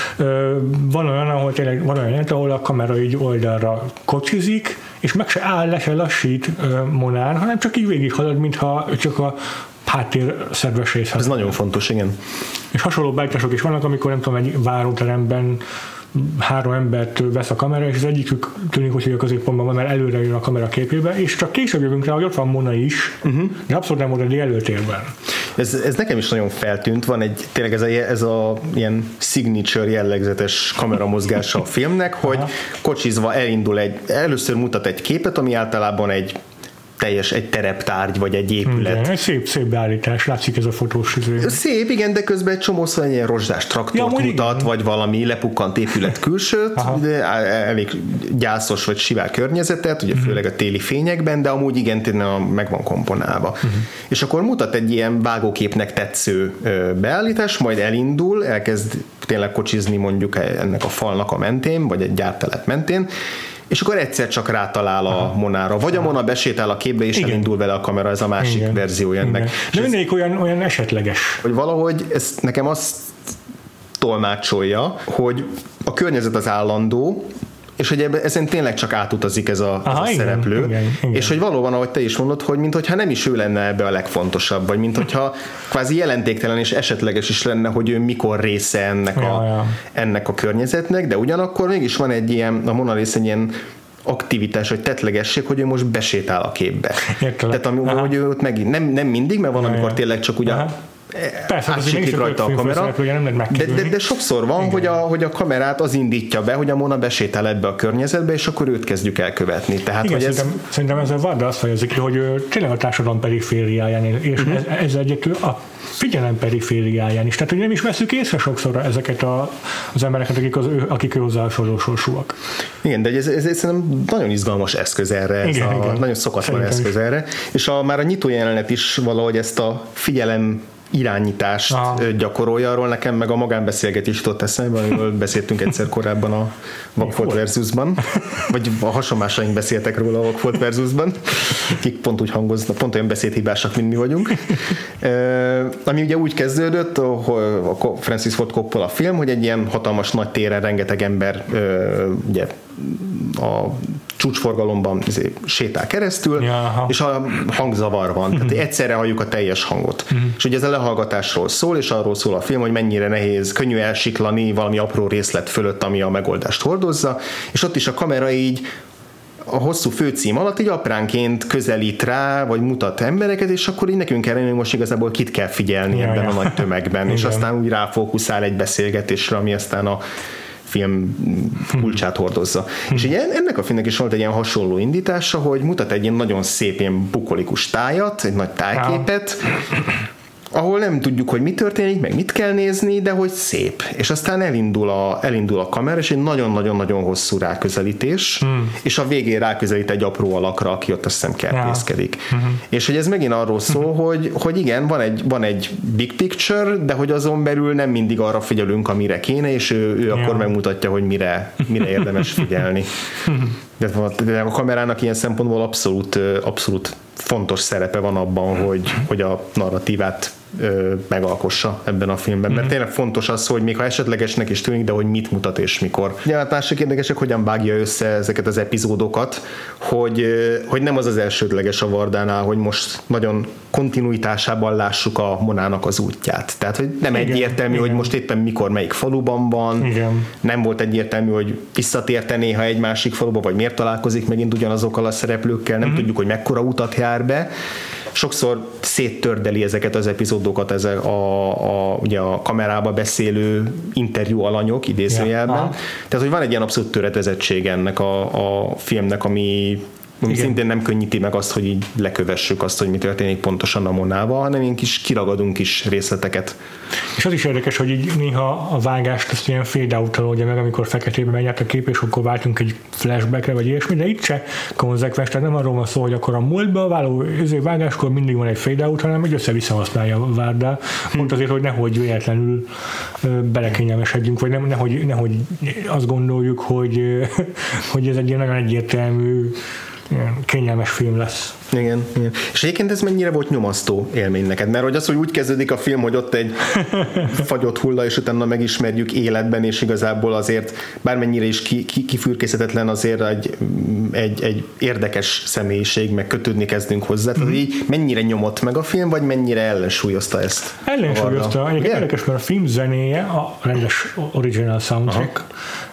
Van olyan, ahol a kamera így oldalra kocsizik, és meg se áll, le se lassít Monán, hanem csak így végighalad, mintha csak a háttér szerves részhez. Ez nagyon fontos, igen. És hasonló beállítások is vannak, amikor nem tudom, egy váróteremben 3 embert vesz a kamera, és az egyikük tűnik, hogy a középpontban van, mert előre jön a kamera képébe, és csak később jövünk rá, hogy ott van Mona is, de abszolút nem volt egy előtérben. Ez nekem is nagyon feltűnt, van tényleg ez a ilyen signature jellegzetes kameramozgása a filmnek, hogy kocsizva először mutat egy képet, ami általában egy tereptárgy, vagy egy épület. Igen, szép beállítás, látszik ez a fotós izé. Szép, igen, de közben egy csomószor egy ilyen rozsdás traktort mutat, vagy valami lepukkant épület külsőt, de elég gyászos vagy sivár környezetet, ugye főleg a téli fényekben, de amúgy igen, tényleg meg van komponálva. És akkor mutat egy ilyen vágóképnek tetsző beállítás, majd elkezd tényleg kocsizni mondjuk ennek a falnak a mentén, vagy egy gyártelep mentén, és akkor egyszer csak rátalál a Monára. Vagy a Mona besétál a képbe, és elindul vele a kamera, ez a másik verziója ennek. De mindegyik olyan esetleges. Hogy valahogy ez nekem azt tolmácsolja, hogy a környezet az állandó, és hogy ezen tényleg csak átutazik ez a szereplő, igen. És hogy valóban, ahogy te is mondod, hogy minthogyha nem is ő lenne ebbe a legfontosabb, vagy minthogyha kvázi jelentéktelen és esetleges is lenne, hogy ő mikor része ennek a környezetnek, de ugyanakkor mégis van egy ilyen, a Mona rész egy ilyen aktivitás, vagy tettlegesség, hogy ő most besétál a képbe. Tehát hogy ő ott megint, nem mindig, mert van, amikor tényleg csak ugye átsiklik rajta a kamera, de sokszor van, hogy a kamerát az indítja be, hogy a Mona besétál ebbe a környezetbe, és akkor őt kezdjük elkövetni. Tehát, igen, hogy szerintem ezzel Varda azt fejezik ki, hogy tényleg a társadalom perifériáján, és ez egyébként a figyelem perifériáján is. Tehát, hogy nem is veszük észre sokszor ezeket az embereket, akik hozzá hasonló sorsúak. Igen, de ez szerintem nagyon izgalmas eszköz erre, igen. Nagyon szokatlan eszköz erre, és már a nyitó jelenet is valahogy ezt a figyelem irányítást gyakorolja, arról nekem meg a magánbeszélgetés jutott eszembe, amiről beszéltünk egyszer korábban a Vakfolt Versusban, vagy a hasonmásaink beszéltek róla a Vakfolt Versusban, akik pont úgy hangoznak, pont olyan beszédhibásak, mint mi vagyunk. Ami ugye úgy kezdődött, a Francis Ford Coppola film, hogy egy ilyen hatalmas nagy téren rengeteg ember ugye a csúcsforgalomban sétál keresztül, és a hangzavar van. Tehát egyszerre halljuk a teljes hangot. És ugye ez a lehallgatásról szól, és arról szól a film, hogy mennyire nehéz, könnyű elsiklani valami apró részlet fölött, ami a megoldást hordozza, és ott is a kamera így a hosszú főcím alatt így apránként közelít rá, vagy mutat embereket, és akkor így nekünk kell hogy most igazából kit kell figyelni ebben a nagy tömegben, és aztán úgy ráfókuszál egy beszélgetésre, ami aztán a film kulcsát hordozza. És ugye ennek a filmnek is volt egy ilyen hasonló indítása, hogy mutat egy ilyen nagyon szép, ilyen bukolikus tájat, egy nagy tájképet, ahol nem tudjuk, hogy mi történik, meg mit kell nézni, de hogy szép. És aztán elindul a kamera, és egy nagyon-nagyon-nagyon hosszú ráközelítés, és a végén ráközelít egy apró alakra, aki ott azt hiszem kertészkedik. És hogy ez megint arról szól, hogy igen, van egy big picture, de hogy azon belül nem mindig arra figyelünk, amire kéne, és ő akkor megmutatja, hogy mire érdemes figyelni. De a kamerának ilyen szempontból abszolút fontos szerepe van abban, hogy a narratívát megalkossa ebben a filmben. Mert tényleg fontos az, hogy még ha esetlegesnek is tűnik, de hogy mit mutat és mikor. Ugye hát másik érdekesek, hogyan vágja össze ezeket az epizódokat, hogy nem az elsődleges a Vardánál, hogy most nagyon kontinuitásában lássuk a Monának az útját. Tehát, hogy nem egyértelmű, hogy most éppen mikor melyik faluban van, nem volt egyértelmű, hogy visszatérte néha egy másik faluba, vagy miért találkozik megint ugyanazokkal a szereplőkkel, nem tudjuk, hogy mekkora utat jár be, sokszor széttördeli ezeket az epizódokat ugye a kamerába beszélő interjú alanyok idézőjelben. Tehát, hogy van egy ilyen abszolút töredezettség ennek a filmnek, ami szintén nem könnyíti meg azt, hogy így lekövessük azt, hogy mi történik pontosan a Monával, hanem én kis kiragadunk is részleteket. És az is érdekes, hogy így néha a vágást azt ilyen fade out-tal oldja meg, amikor feketébe megy át a kép, és akkor váltunk egy flashbackre, vagy ilyesmi, de itt se konzekvens, tehát nem arról van szó, hogy akkor a múltba váló vágáskor mindig van egy fade out, hanem egy össze-vissza használja a Várda, pont azért, hogy nehogy véletlenül belekényelmesedjünk, vagy nehogy azt gondoljuk, hogy ez egy ilyen nagyon egyértelmű kényelmes film lesz. Igen. És egyébként ez mennyire volt nyomasztó élmény neked? Mert hogy az, hogy úgy kezdődik a film, hogy ott egy fagyott hulla, és utána megismerjük életben, és igazából azért bármennyire is kifürkészhetetlen, azért egy érdekes személyiség, meg kötődni kezdünk hozzá. Tehát így mennyire nyomott meg a film, vagy mennyire ellensúlyozta ezt? Ellensúlyozta. Egyébként érdekes, mert a film zenéje, a rendes original soundtrack,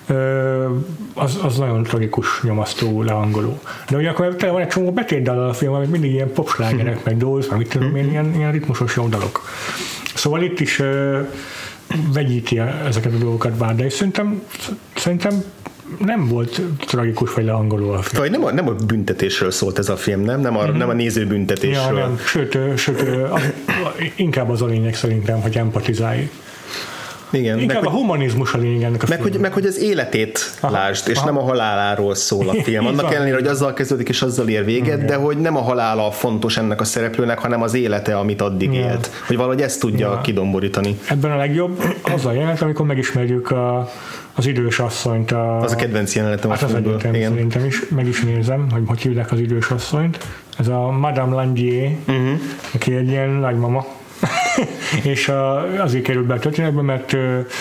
az nagyon tragikus, nyomasztó, lehangoló. De ugye akkor tele van egy csomó betétdallal a film, amik mindig ilyen popslágerek, meg dolsz, meg mit tudom én, ilyen ritmusos jó dalok. Szóval itt is vegyíti ezeket a dolgokat Várda, és szerintem nem volt tragikus vagy lehangoló a film. Nem a büntetésről szólt ez a film, nem a néző büntetésről. Ja, nem. Sőt inkább az a lényeg szerintem, hogy empatizálj. Igen, inkább a humanizmus a lényeg ennek a filmnek. Meg hogy az életét lásd, és nem a haláláról szól a film. Annak ellenére, hogy azzal kezdődik és azzal ér véget, de hogy nem a halála fontos ennek a szereplőnek, hanem az élete, amit addig élt. Hogy valahogy ezt tudja kidomborítani. Ebben a legjobb az a jelenet, amikor megismerjük az idős asszonyt. Az a kedvenc jelenetem a filmből. Szerintem is, meg is nézem, hogy hívják az idős asszonyt. Ez a Madame Landier, aki egy ilyen nagymama. És azért került be a történetbe, mert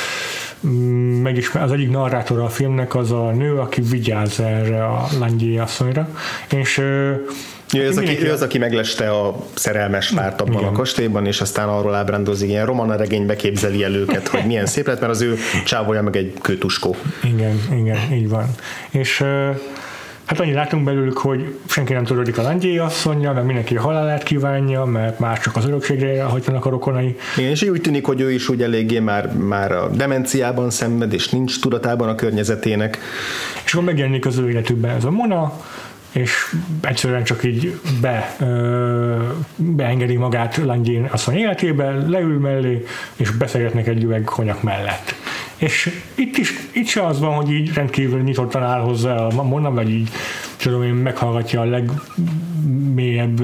az egyik narrátora a filmnek az a nő, aki vigyáz erre a Landier asszonyra, és ő az, aki megleste a szerelmes párt abban a kastélyban, és aztán arról ábrándozik, ilyen romana regénybe képzeli el őket, hogy milyen szép lett, mert az ő csávója meg egy kőtuskó. Igen, így van. És hát annyit látunk belőlük, hogy senki nem törődik a Landier asszonnyal, mert mindenki a halálát kívánja, mert már csak az örökségre hajtanak a rokonai. Igen, és úgy tűnik, hogy ő is úgy eléggé már a demenciában szenved, és nincs tudatában a környezetének. És akkor megjelenik az ő életükben ez a Mona, és egyszerűen csak így beengedi magát Landier asszony életébe, leül mellé, és beszélgetnek egy üveg konyak mellett. És itt se az van, hogy így rendkívül nyitottan áll hozzá a Mona, vagy így tudom én, meghallgatja a legmélyebb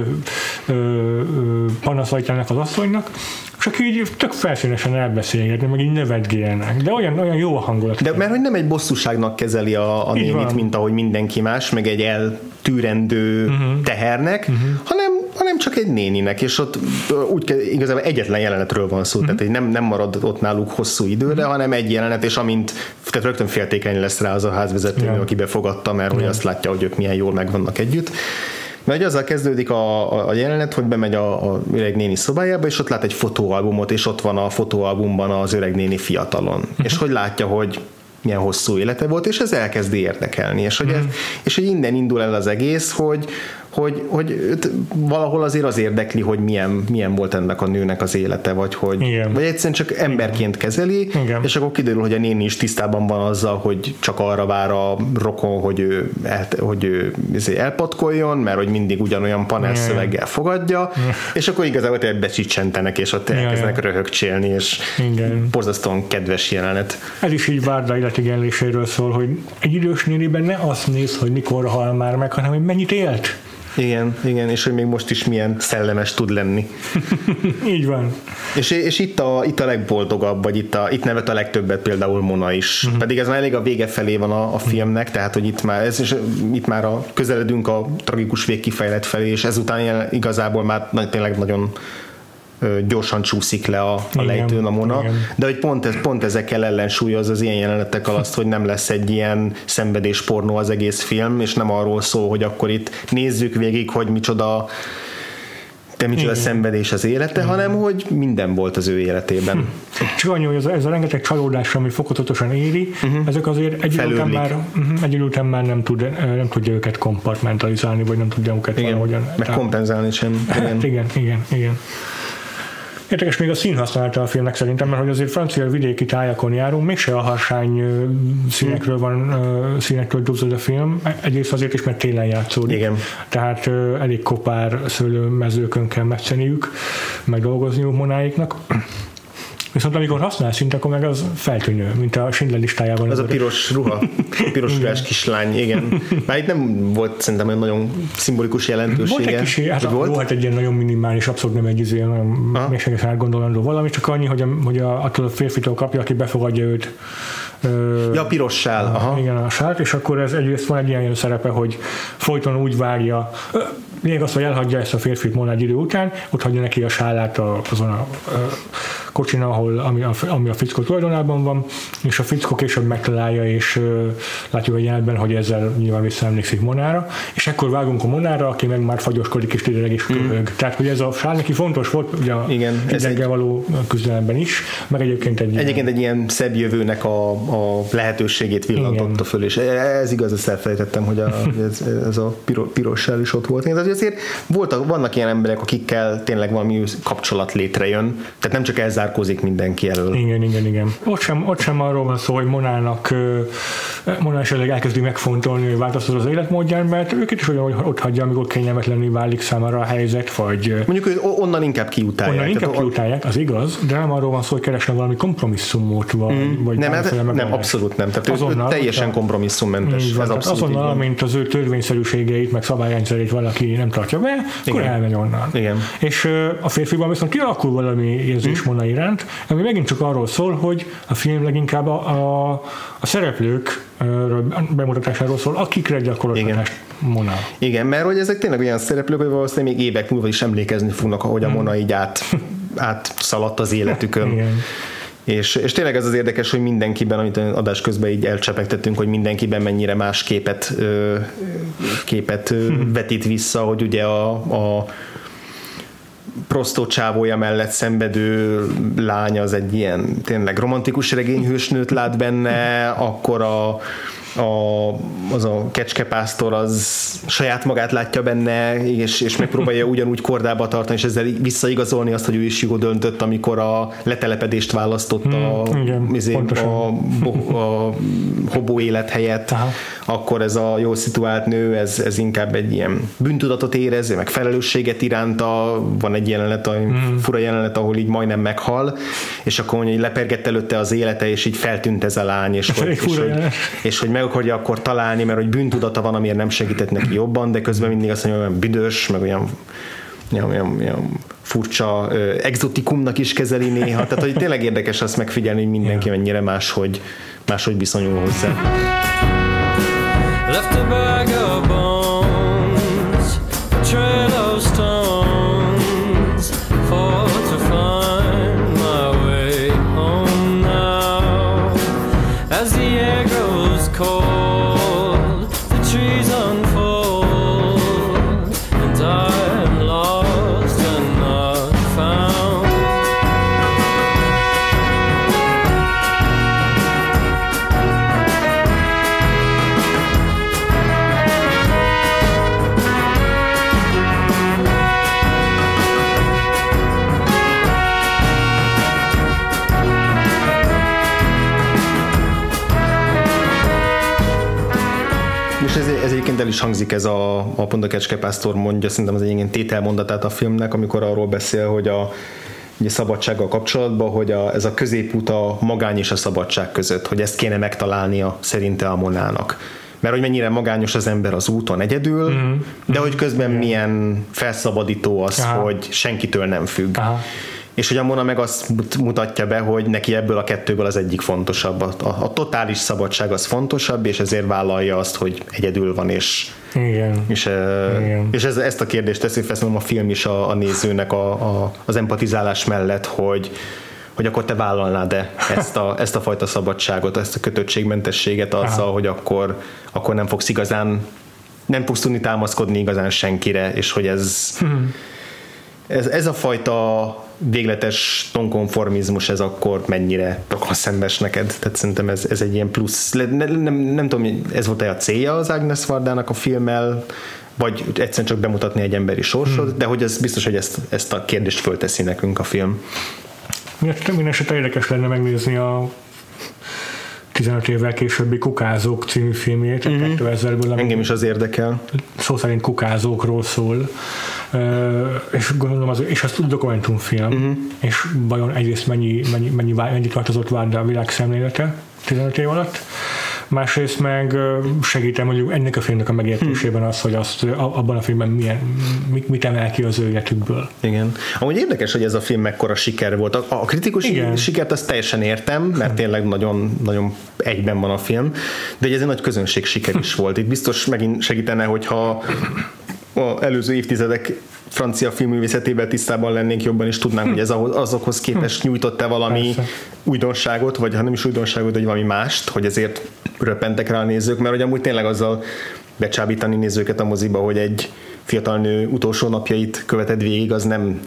panaszaitának az asszonynak, csak így tök felszínesen elbeszélgetni, meg így nevetgélnek. De olyan jó a hangulat. De mert hogy nem egy bosszúságnak kezeli a nénit, mint ahogy mindenki más, meg egy eltűrendő tehernek, hanem csak egy néninek, és ott úgy igazából egyetlen jelenetről van szó, tehát nem marad ott náluk hosszú időre, hanem egy jelenet, és tehát rögtön féltékeny lesz rá az a házvezető, aki befogadta, mert hogy azt látja, hogy ők milyen jól meg vannak együtt. Mert azzal kezdődik a jelenet, hogy bemegy a öreg néni szobájába, és ott lát egy fotóalbumot, és ott van a fotóalbumban az öreg néni fiatalon. És hogy látja, hogy milyen hosszú élete volt, és ez elkezdi érdekelni. És hogy innen indul el az egész, hogy valahol azért az érdekli, hogy milyen volt ennek a nőnek az élete, vagy egyszerűen csak emberként kezeli, és akkor kiderül, hogy a néni is tisztában van azzal, hogy csak arra vár a rokon, hogy ő elpatkoljon, mert hogy mindig ugyanolyan panel szöveggel fogadja, és akkor igazából becsicsentenek, és ott elkezdenek röhögcsélni, és borzasztóan kedves jelenet. Ez is így Várda életigenléséről szól, hogy egy idős néniben ne azt néz, hogy mikor hal már meg, hanem hogy mennyit élt. Igen, és hogy még most is milyen szellemes tud lenni. Így van. És itt a legboldogabb, vagy itt nevet a legtöbbet például Mona is. Pedig ez már elég a vége felé van a filmnek, tehát hogy itt már közeledünk a tragikus végkifejlet felé, és ezután igazából már tényleg nagyon gyorsan csúszik le a lejtőn a Mona, de hogy pont ezekkel ellensúlyoz az ilyen jelenetekkel azt, hogy nem lesz egy ilyen szenvedéspornó az egész film, és nem arról szól, hogy akkor itt nézzük végig, hogy micsoda te micsoda szenvedés az élete, hanem hogy minden volt az ő életében. Csak annyi, hogy ez a rengeteg csalódás, ami fokozatosan éri, ezek azért egy idő után már nem tudja őket kompartmentalizálni, vagy nem tudja őket valahogyan. Meg kompenzálni sem. Igen. Érdekes még a színhasználata a filmnek szerintem, mert hogy azért francia vidéki tájakon járunk, mégse a harsány színekről dúzod a film, egyrészt azért is, mert télen játszódik. Igen. Tehát elég kopár szőlőmezőkön kell megszeniük, meg dolgozniuk Monáiknak. Viszont amikor használ szint, akkor meg az feltűnő, mint a Schindler listájában. Az a piros ruha, piros ruhás kislány, igen. Már itt nem volt szerintem olyan nagyon szimbolikus jelentősége. Volt egy kis, volt egy ilyen nagyon minimális, abszolút nem egy nagyon mélységesen átgondolandó valami, csak annyi, hogy attól a férfitől kapja, aki befogadja őt. Ja, piros sál. Aha. Igen, a sárt, és akkor ez egyrészt van egy ilyen szerepe, hogy folyton úgy várja, lényeg az, hogy elhagyja ezt a férfit Mona egy idő után, ott hagyja neki a sálát azon a kocsin, ami a fickó tulajdonában van, és a fickó később megtalálja, és látjuk a jelenetben, hogy ezzel nyilván visszaemlékszik Monára, és ekkor vágunk a Monára, aki meg már fagyoskodik és tényleg is köhög. Tehát, hogy ez a sál neki fontos volt, ugye a hideggel való küzdelemben is, meg egyébként egy ilyen szebb jövőnek a lehetőségét villantotta föl, és ez igaz, ezt elfelejtettem, hogy ez a piros sál is ott volt. De azért vannak ilyen emberek, akikkel tényleg valami kapcsolat létrejön, tehát nem csak elzárkózik mindenki elől. Igen. Ott sem arról van szó, hogy Moná esetleg elkezdi megfontolni, hogy változtat az életmódján, mert őket is olyan, hogy ott hagyja, amikor kényelmetlenül válik számára a helyzet, vagy... Mondjuk onnan inkább kiutálják. Az igaz, de nem arról van szó, hogy keresnek valami kompromisszumot, vagy nem, abszolút nem. Tehát azonnal, teljesen kompromisszummentes. Azonnal, amint az ő törvényszerűségeit, meg szabályrendszerét valaki nem tartja be, akkor elmegy onnan. Igen. És a férfiban viszont kialakul valami érzés Mona iránt, ami megint csak arról szól, hogy a film leginkább a szereplők bemutatásáról szól, akikre gyakorolt hatást Mona. Igen, mert hogy ezek tényleg olyan szereplők, hogy valószínűleg még évek múlva is emlékezni fognak, ahogy a Mona így átszaladt az életükön. Igen. És tényleg ez az érdekes, hogy mindenkiben, amit adás közben így elcsepegtettünk, hogy mindenkiben mennyire más képet vetít vissza, hogy ugye a prostó csávója mellett szenvedő lány az egy ilyen tényleg romantikus regényhősnőt lát benne, akkor az a kecskepásztor az saját magát látja benne, és megpróbálja ugyanúgy kordába tartani, és ezzel visszaigazolni azt, hogy ő is jól döntött, amikor a letelepedést választotta a hobó élet helyett. Aha. Akkor ez a jól szituált nő, ez inkább egy ilyen bűntudatot érez, meg felelősséget iránta, van egy jelenet, fura jelenet, ahol így majdnem meghal, és akkor mondja, hogy lepergett előtte az élete, és így feltűnt ez a lány, és hogy meg akarja akkor találni, mert hogy bűntudata van, amiért nem segített neki jobban, de közben mindig azt mondja, hogy olyan büdös, meg olyan furcsa exotikumnak is kezeli néha. Tehát, hogy tényleg érdekes azt megfigyelni, hogy mindenki mennyire máshogy viszonyul hozzá. Left a bag of bones, a trail of stones, for to find my way home now. As the air grows cold, the trees unfold, and I'm lost and not found. Ez egyébként el is hangzik, ez a pont a kecskepásztor mondja, szerintem az egy ilyen tételmondatát a filmnek, amikor arról beszél, hogy ugye szabadsággal kapcsolatban, hogy ez a középút a magány és a szabadság között, hogy ezt kéne megtalálnia szerinte a Monának. Mert hogy mennyire magányos az ember az úton egyedül, de hogy közben milyen felszabadító az, hogy senkitől nem függ. Aha. És hogy a Mona meg azt mutatja be, hogy neki ebből a kettőből az egyik fontosabb. A totális szabadság az fontosabb, és ezért vállalja azt, hogy egyedül van, és ezt a kérdést teszi fel a film is a nézőnek az empatizálás mellett, hogy akkor te vállalnád-e ezt a fajta szabadságot, ezt a kötöttségmentességet azzal, hogy akkor nem fogsz tudni támaszkodni igazán senkire, és hogy ez ez a fajta végletes nonkonformizmus, ez akkor mennyire szembes neked? Tehát szerintem ez egy ilyen plusz. Nem tudom, ez volt-e a célja az Agnes Vardának a filmmel, vagy egyszerűen csak bemutatni egy emberi sorsot, de hogy ez biztos, hogy ezt a kérdést fölteszi nekünk a film. Minden esetre érdekes lenne megnézni a 15 évvel későbbi Kukázók című filmjét, 2000-ből. Engem is az érdekel. Szó szerint kukázókról szól, és gondolom és az dokumentumfilm, és vajon egyrészt mennyi tartozott Varda a világszemlélete 15 év alatt, másrészt meg segítem mondjuk ennek a filmnek a megértésében az, hogy azt abban a filmben mit emel ki az ő életükből. Igen. Amúgy érdekes, hogy ez a film mekkora siker volt. A kritikus sikert azt teljesen értem, mert tényleg nagyon, nagyon egyben van a film, de ez egy nagy közönség siker is volt. Itt biztos megint segítene, hogyha az előző évtizedek francia filmművészetében tisztában lennénk jobban, és tudnánk, hogy ez azokhoz képest nyújtott-e valami újdonságot, vagy ha nem is újdonságot, vagy valami mást, hogy ezért röppentek rá a nézők, mert hogy amúgy tényleg azzal becsábítani nézőket a moziba, hogy egy fiatal nő utolsó napjait követed végig, az nem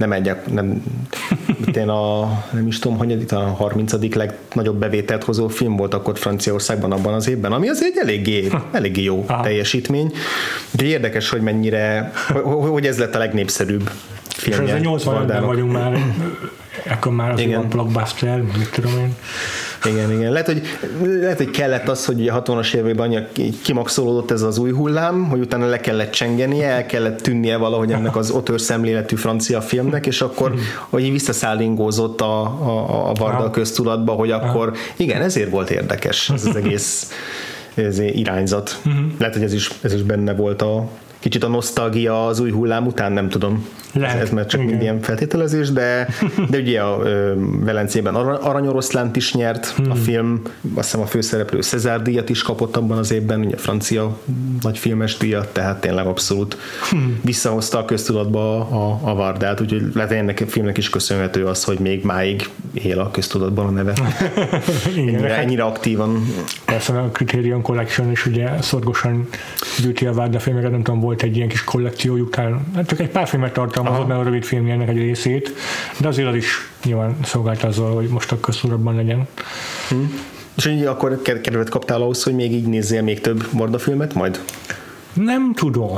is tudom, hogy itt a 30. legnagyobb bevételt hozó film volt akkor Franciaországban abban az évben, ami azért eléggé jó teljesítmény. De érdekes, hogy mennyire, hogy ez lett a legnépszerűbb filmje. És ez a 85-ben vagyunk már, akkor már az olyan blockbuster, mit tudom én. Igen. Lehet, hogy kellett az, hogy a 60-as években annyira kimaxolódott ez az új hullám, hogy utána le kellett csengenie, el kellett tűnnie valahogy ennek az auteur szemléletű francia filmnek, és akkor hogy visszaszállingózott a Varda köztudatba, hogy akkor igen, ezért volt érdekes ez az egész irányzat. Lehet, hogy ez is benne volt kicsit a nosztalgia az új hullám után, nem tudom. Ez már csak mind ilyen feltételezés, de ugye a Velencében Aranyoroszlánt is nyert a film, azt hiszem a főszereplő César díjat is kapott abban az évben, ugye a francia nagy filmes díjat, tehát tényleg abszolút visszahozta a köztudatba a Vardát, úgyhogy lehet, hogy ennek a filmnek is köszönhető az, hogy még máig él a köztudatban a neve. ennyire aktívan. Persze a Criterion Collection is ugye szorgosan gyűjti a Varda filmeket, nem tudom, volt egy ilyen kis kollekciójuk, hát csak egy pár filmet tartalmazott, mert a rövid filmjének egy részét, de azért az is nyilván szolgált azzal, hogy most a köztudatban legyen. És így akkor kedvet kaptál ahhoz, hogy még így nézzél még több Varda filmet majd? Nem tudom.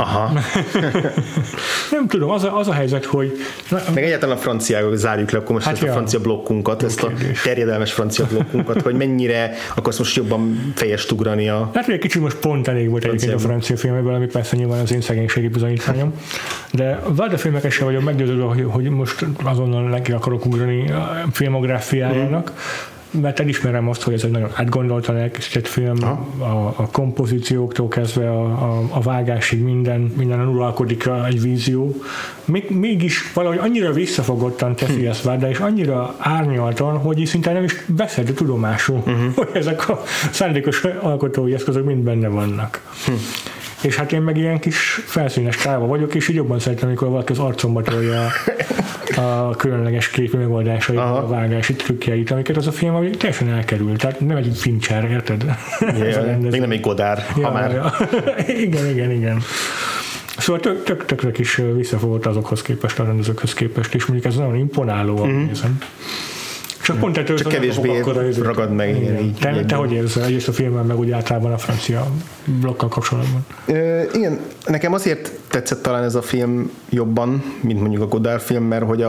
Nem tudom, az a helyzet, hogy... Meg egyáltalán a franciáról zárjuk le, akkor most ezt a francia blokkunkat, ezt a terjedelmes francia blokkunkat, hogy mennyire akarsz most jobban fejest ugrani a... Hát, hogy egy kicsit most pont elég volt egyébként a francia filmekből, ami persze nyilván az én szegénységi bizonyítványom. De Varda filmeket sem vagyok meggyőződve, hogy most azonnal neki akarok ugrani a filmográfiájának, mert elismerem azt, hogy ez egy nagyon átgondoltan elkészített film, a kompozícióktól kezdve a vágásig minden uralkodik egy vízió. Mégis valahogy annyira visszafogottan teszi ezt Varda, és annyira árnyaltan, hogy szinte nem is veszed tudomásul, hogy ezek a szándékos alkotói eszközök mind benne vannak. És hát én meg ilyen kis felszínes káva vagyok, és így jobban szeretem, amikor valaki az arcomba tolja a különleges képi megoldásait, a vágási trükkjeit, amiket az a film ami teljesen elkerül. Tehát nem egy Fincher, érted? Még nem egy Godard, ha már. Igen. Szóval tökre is visszafogott azokhoz képest, a rendezőkhöz képest, és mondjuk ez nagyon imponáló, nézem. Csak kevésbé ragad meg. Te hogy érzed egyrészt a filmben, meg úgy általában a francia blokkal kapcsolatban? Igen, nekem azért tetszett talán ez a film jobban, mint mondjuk a Godard film, mert hogy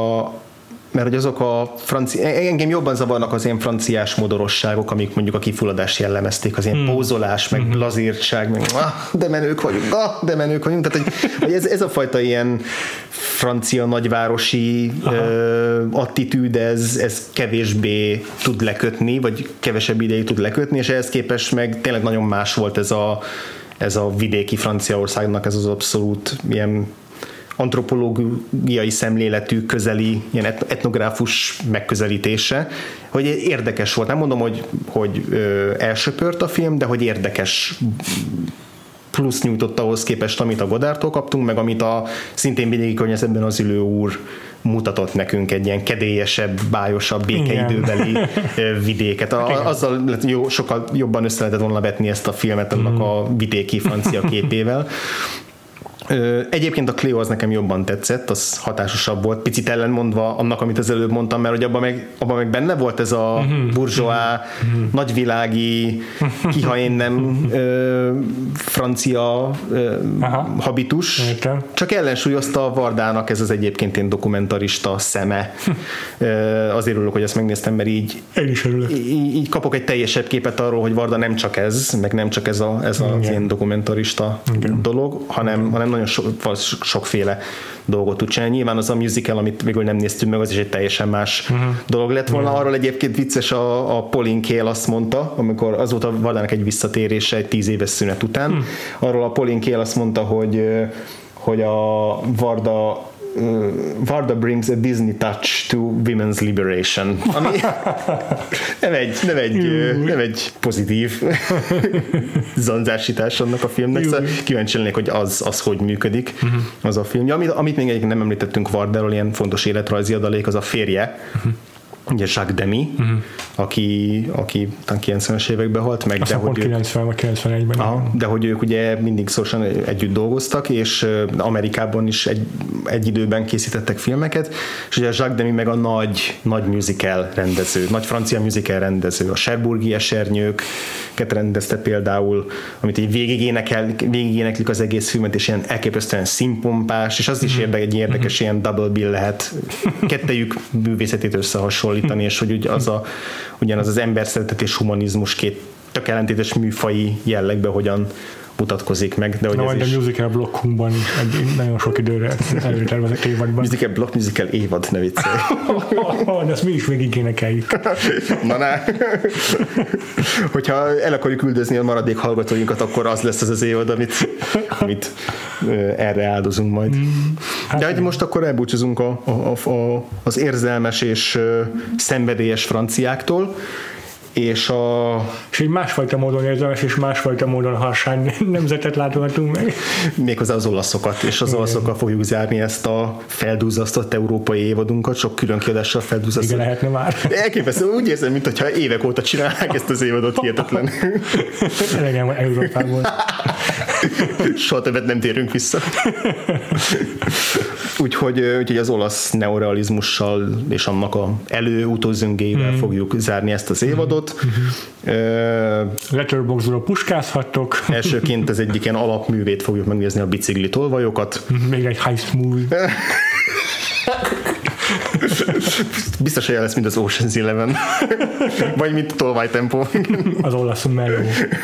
azok a engem jobban zavarnak az ilyen franciás modorosságok, amik mondjuk a kifulladást jellemezték, az ilyen pózolás, meg lazírtság, meg de menők vagyunk, tehát hogy ez a fajta ilyen francia nagyvárosi attitűd, ez kevésbé tud lekötni, vagy kevesebb ideig tud lekötni, és ehhez képest meg tényleg nagyon más volt ez a vidéki Franciaországnak ez az abszolút ilyen antropológiai szemléletű, közeli, ilyen etnográfus megközelítése, hogy érdekes volt. Nem mondom, hogy elsöpört a film, de hogy érdekes plusz nyújtott ahhoz képest, amit a Godardtól kaptunk, meg amit a szintén vidéki környezetben az Ülő úr mutatott nekünk, egy ilyen kedélyesebb, bályosabb, békeidőbeli vidéket. Azzal sokkal jobban össze lehetett volna vetni ezt a filmet annak a vidéki francia képével. Egyébként a Cleo az nekem jobban tetszett, az hatásosabb volt, picit ellenmondva annak, amit az előbb mondtam, mert hogy abban meg benne volt ez a burzsóá, nagyvilági, kiha én nem francia habitus. Értem. Csak ellensúlyozta a Vardának ez az egyébként én dokumentarista szeme. Azért örülök, hogy ezt megnéztem, mert így, így kapok egy teljesebb képet arról, hogy Varda nem csak ez, meg nem csak ez az ilyen dokumentarista dolog, hanem nagyon sokféle dolgot tud csinálni. Nyilván az a musical, amit végül nem néztünk meg, az is egy teljesen más dolog lett volna. Arról egyébként vicces a Pauline Kael azt mondta, amikor azóta Vardának egy visszatérése egy 10 éves szünet után. Arról a Pauline Kael azt mondta, hogy a Varda brings a Disney touch to women's liberation. Ami nem egy pozitív zanzásítás annak a filmnek. Szóval kíváncsi lennék, hogy az hogy működik az a film. Amit még egyébként nem említettünk Vardáról, ilyen fontos életrajzi adalék, az a férje. Ugye Jacques Demy, aki 90-es években halt meg. Aztán pont 90 vagy 91-ben. De hogy ők ugye mindig szorosan együtt dolgoztak, és Amerikában is egy időben készítettek filmeket, és ugye Jacques Demy meg a nagy musical rendező, nagy francia musical rendező, a Cherbourgi esernyőket rendezte például, amit így végigéneklik az egész filmet, és ilyen elképesztően színpompás, és az is egy érdekes ilyen double bill lehet kettejük művészetét összehasonlítani, és hogy ugyanaz az emberszeretet és humanizmus két tök ellentétes műfaji jellegben hogyan mutatkozik meg. De hogy majd a musical blokkunkban nagyon sok időre előtervezett évadban. Musical block, musical évad, ne viccelj. De ezt mi is végig énekeljük. Na. Hogyha el akarjuk üldözni a maradék hallgatóinkat, akkor az lesz az évad, amit erre áldozunk majd. De hogy most akkor elbúcsúzunk az érzelmes és szenvedélyes franciáktól, és egy másfajta módon érzelmes és másfajta módon harsány nemzetet látogatunk meg. Méghozzá az olaszokat, és az olaszokkal fogjuk zárni ezt a feldúzzasztott európai évadunkat, sok külön kiadással feldúzzasztott. Igen, lehetne már. Elképesztő, úgy érzem, mintha évek óta csinálnák ezt az évadot, hihetetlen. Elegem van Európából. Soha többet nem térünk vissza. Úgyhogy az olasz neorealizmussal és annak a előutózöngéivel fogjuk zárni ezt az évadot. Letterboxdról puskázhattok. Elsőként ez egyik ilyen alapművét fogjuk megnézni, a bicikli tolvajokat. Még egy heist movie. Biztos, hogy lesz, mint az Ocean's 11. Vagy mint a Tolvajtempó. Az olasz meló.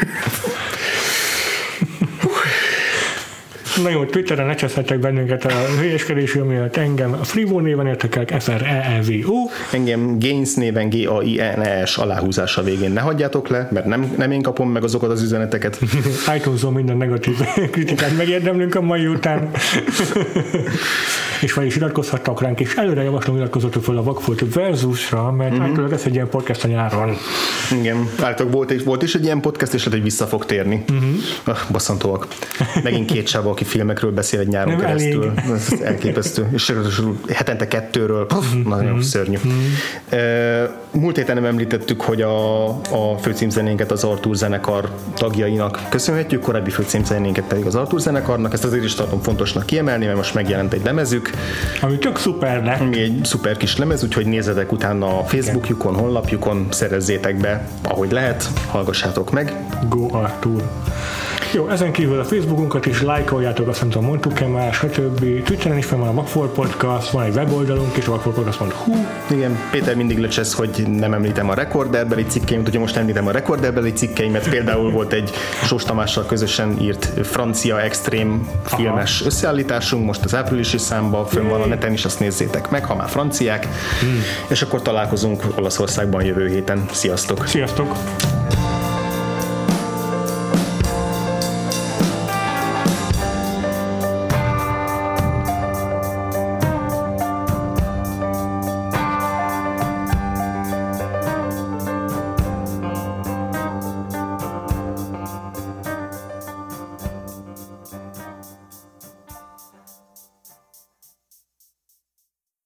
Na jó, Twitteren ne cseszhettek bennünket a hülyeskedési miatt. Engem a Frivo néven értek el, FREEVO. Engem Gaines néven GAINES aláhúzása végén ne hagyjátok le, mert nem én kapom meg azokat az üzeneteket. iTunes-on minden negatív kritikát megérdemlünk a mai után. És fel is iratkozhattak ránk, és előre javaslom, iratkozzatok fel a Vagfolt Versusra, mert általában lesz egy ilyen podcast a nyáron. Igen, általában volt is egy ilyen podcast, és lehet, hogy vissza fog térni. Basszantóak. Megint két sáv, aki filmekről beszél egy nyáron keresztül. Ez elképesztő. És hetente 2-ről. Nagyon szörnyű. Múlt héten nem említettük, hogy a főcímzenénket az Arthur zenekar tagjainak köszönhetjük, korábbi főcímzenénket pedig az Arthur zenekarnak. Ezt azért is tartom fontosnak kiemelni, mert most megjelent egy lemezük. Ami tök szuper, ami egy szuper kis lemez, úgyhogy nézzetek utána a Facebookjukon, honlapjukon, szerezzétek be, ahogy lehet, hallgassátok meg. Go Arthur! Jó, ezen kívül a Facebookunkat is lájkoljátok, azt nem tudom, mondtuk-e már, stb. Twitteren is fel van a Vagfolt Podcast, van egy weboldalunk is, a vagfoltpodcast.hu. Igen, Péter mindig lecsesz, hogy nem említem a Rekorderbeli cikkeimet, ugye most említem a Rekorderbeli cikkeimet, például volt egy Sós Tamással közösen írt francia extrém filmes összeállításunk, most az áprilisi számban fönn van a neten is, azt nézzétek meg, ha már franciák, és akkor találkozunk Olaszországban jövő héten. Sziasztok! Sziasztok!